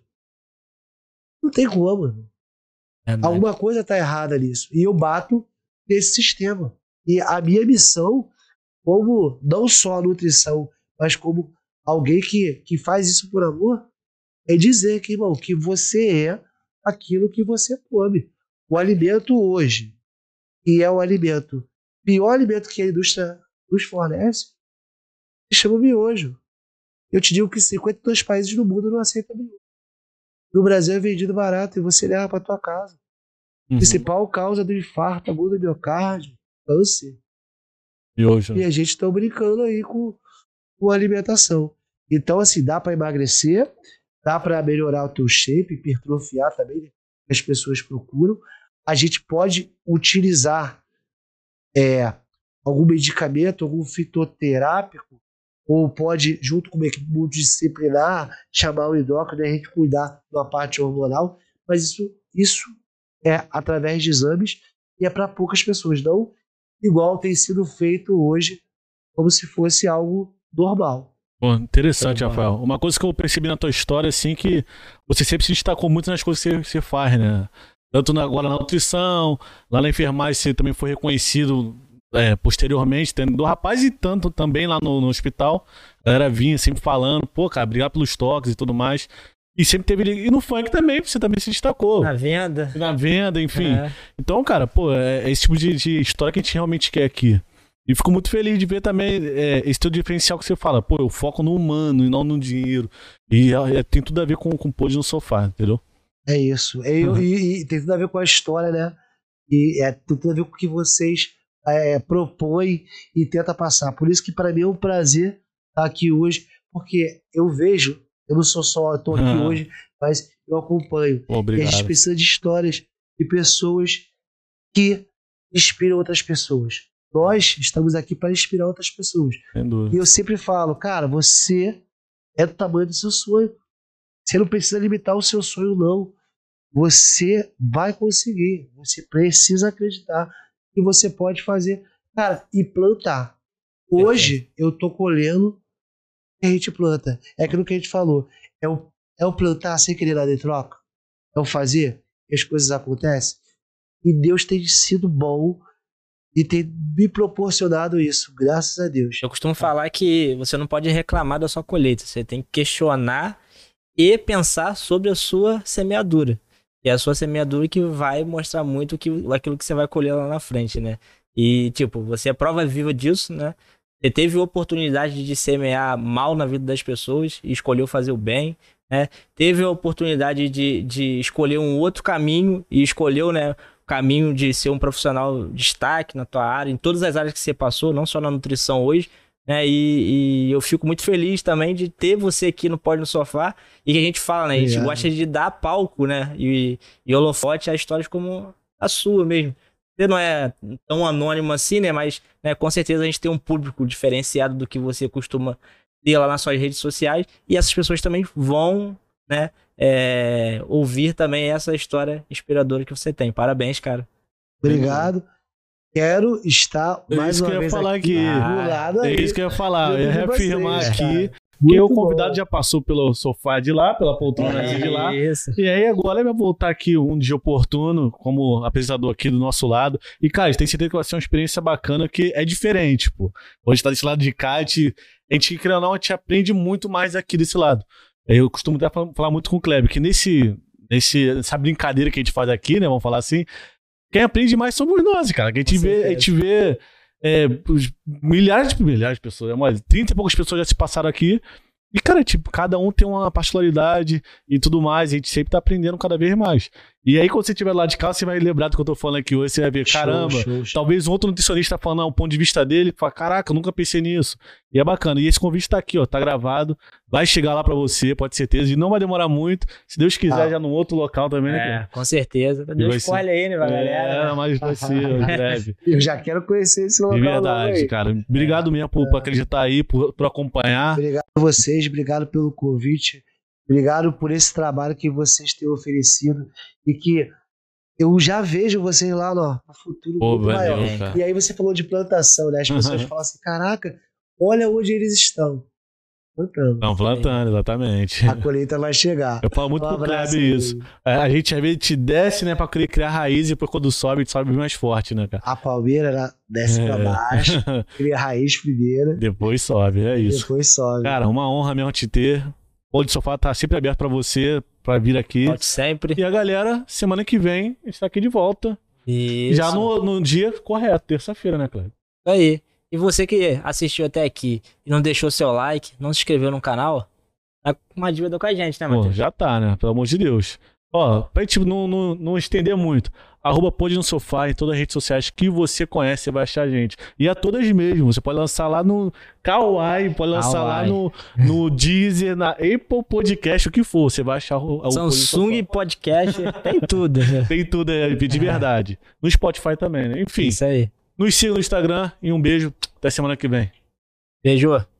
Não tem como. É, alguma coisa está errada nisso. E eu bato nesse sistema. E a minha missão, como não só a nutrição, mas como alguém que, que faz isso por amor, é dizer que, irmão, que você é aquilo que você come. O alimento hoje, que é o alimento, pior alimento que a indústria nos fornece, se chama miojo. Eu te digo que cinquenta e dois países no mundo não aceitam miojo. No Brasil é vendido barato e você leva para tua casa. Uhum. Principal causa do infarto agudo do miocárdio, câncer. Miojo. E a gente está brincando aí com, com a alimentação. Então, assim, dá para emagrecer, dá para melhorar o teu shape, hipertrofiar também, né? Que as pessoas procuram. A gente pode utilizar é, algum medicamento, algum fitoterápico, ou pode, junto com uma equipe multidisciplinar, chamar o endócrino e a gente cuidar da parte hormonal, mas isso, isso é através de exames e é para poucas pessoas, não igual tem sido feito hoje, como se fosse algo normal. Pô, interessante, é Rafael. Uma coisa que eu percebi na tua história, assim, que você sempre se destacou muito nas coisas que você, você faz, né? Tanto na, agora na nutrição, lá na enfermagem você também foi reconhecido é, posteriormente, tendo do rapaz e tanto também lá no, no hospital. A galera vinha sempre falando, pô, cara, obrigado pelos toques e tudo mais. E sempre teve. E no funk também, você também se destacou. Na venda. Na venda, enfim. É. Então, cara, pô, é esse tipo de, de história que a gente realmente quer aqui. E fico muito feliz de ver também é, esse teu diferencial que você fala. Pô, eu foco no humano e não no dinheiro. E é, tem tudo a ver com o pôde no sofá, entendeu? É isso. É, uhum. e, e tem tudo a ver com a história, né? E é, tem tudo a ver com o que vocês é, propõem e tentam passar. Por isso que para mim é um prazer estar aqui hoje. Porque eu vejo, eu não sou só, eu tô aqui uhum. hoje, mas eu acompanho. Obrigado. E a gente precisa de histórias de pessoas que inspiram outras pessoas. Nós estamos aqui para inspirar outras pessoas. E eu sempre falo, cara, você é do tamanho do seu sonho. Você não precisa limitar o seu sonho, não. Você vai conseguir. Você precisa acreditar que você pode fazer. Cara, e plantar. Hoje eu tô colhendo o que a gente planta. É aquilo que a gente falou. É o, é o plantar sem querer nada em troca. É o fazer que as coisas acontecem. E Deus tem sido bom e tem me proporcionado isso, graças a Deus. Eu costumo falar que você não pode reclamar da sua colheita, você tem que questionar e pensar sobre a sua semeadura. E é a sua semeadura que vai mostrar muito que, aquilo que você vai colher lá na frente, né? E, tipo, você é prova viva disso, né? Você teve a oportunidade de semear mal na vida das pessoas e escolheu fazer o bem, né? Teve a oportunidade de, de escolher um outro caminho e escolheu, né, caminho de ser um profissional de destaque na tua área, em todas as áreas que você passou, não só na nutrição hoje, né? E, e eu fico muito feliz também de ter você aqui no Pode no Sofá e que a gente fala, né? A gente Obrigado. gosta de dar palco, né? E, e holofote a histórias como a sua mesmo. Você não é tão anônimo assim, né? Mas, né, com certeza a gente tem um público diferenciado do que você costuma ler lá nas suas redes sociais e essas pessoas também vão, né, é, ouvir também essa história inspiradora que você tem. Parabéns, cara. Obrigado. Quero estar É mais isso uma que eu ia vez falar aqui. aqui. do lado É aí. isso que eu ia falar. Eu ia de vocês, reafirmar cara. aqui Muito que o bom. convidado já passou pelo sofá de lá, pela poltrona de lá. Isso. E aí agora ele vai voltar aqui um dia oportuno como apresentador aqui do nosso lado. E, cara, a gente tem certeza que vai ser uma experiência bacana que é diferente, pô. Hoje tá desse lado de cá, a gente, a gente, querendo ou não, a gente aprende muito mais aqui desse lado. Eu costumo até falar, falar muito com o Kleber, que nesse, nesse, nessa brincadeira que a gente faz aqui, né, vamos falar assim, quem aprende mais somos nós, cara. Que a gente Com vê, certeza. a gente vê é, os milhares de milhares de pessoas, mas trinta e poucas pessoas já se passaram aqui. E, cara, tipo, cada um tem uma particularidade e tudo mais, e a gente sempre tá aprendendo cada vez mais. E aí, quando você estiver lá de casa, você vai lembrar do que eu tô falando aqui hoje, você vai ver, Show, caramba, show, show. talvez um outro nutricionista falando o ponto de vista dele, fala, caraca, eu nunca pensei nisso. E é bacana. E esse convite tá aqui, ó, tá gravado, vai chegar lá pra você, pode ter certeza, e não vai demorar muito, se Deus quiser, Ah. já num outro local também, né? É, cara? com certeza. vai Deus ser- escolhe aí, né, pra galera. É, mas vai ser, em breve. Eu já quero conhecer esse local. De logo verdade, aí. cara. Obrigado mesmo por, por acreditar aí, por, por acompanhar. Obrigado a vocês, obrigado pelo convite, obrigado por esse trabalho que vocês têm oferecido e que eu já vejo vocês lá no, no futuro Pô, muito valeu, maior. cara. E aí você falou de plantação, né? As pessoas Uhum. falam assim, caraca, olha onde eles estão. Plantando. Não, plantando, exatamente. A colheita vai chegar. Eu falo muito Um pro abraço Kleber aí. isso. É, a gente às vezes te desce, né, pra querer criar raiz e depois quando sobe, sobe mais forte, né, cara? A palmeira ela desce pra É. baixo, cria raiz primeiro, Depois sobe, é isso. depois sobe. Cara, uma honra mesmo te ter. O Pode Sofá tá sempre aberto pra você, pra vir aqui. Volte sempre. E a galera, semana que vem, a gente tá aqui de volta. Isso. Já no, no dia correto, terça-feira, né, Kleber? Isso aí. E você que assistiu até aqui e não deixou seu like, não se inscreveu no canal, tá com uma dívida com a gente, né, Pô, Matheus? já tá, né? Pelo amor de Deus. Ó, pra gente não, não, não estender muito, arroba Pode no Sofá em todas as redes sociais que você conhece, você vai achar a gente. E a todas mesmo. Você pode lançar lá no Kawaii, pode lançar lá Kawaii. no, no Deezer, na Apple Podcast, o que for. Você vai achar o, o Pode no Samsung Sofá. Podcast, tem tudo. Tem tudo é, de verdade. No Spotify também, né? Enfim, Isso aí. nos siga no Instagram e um beijo. Até semana que vem. Beijo.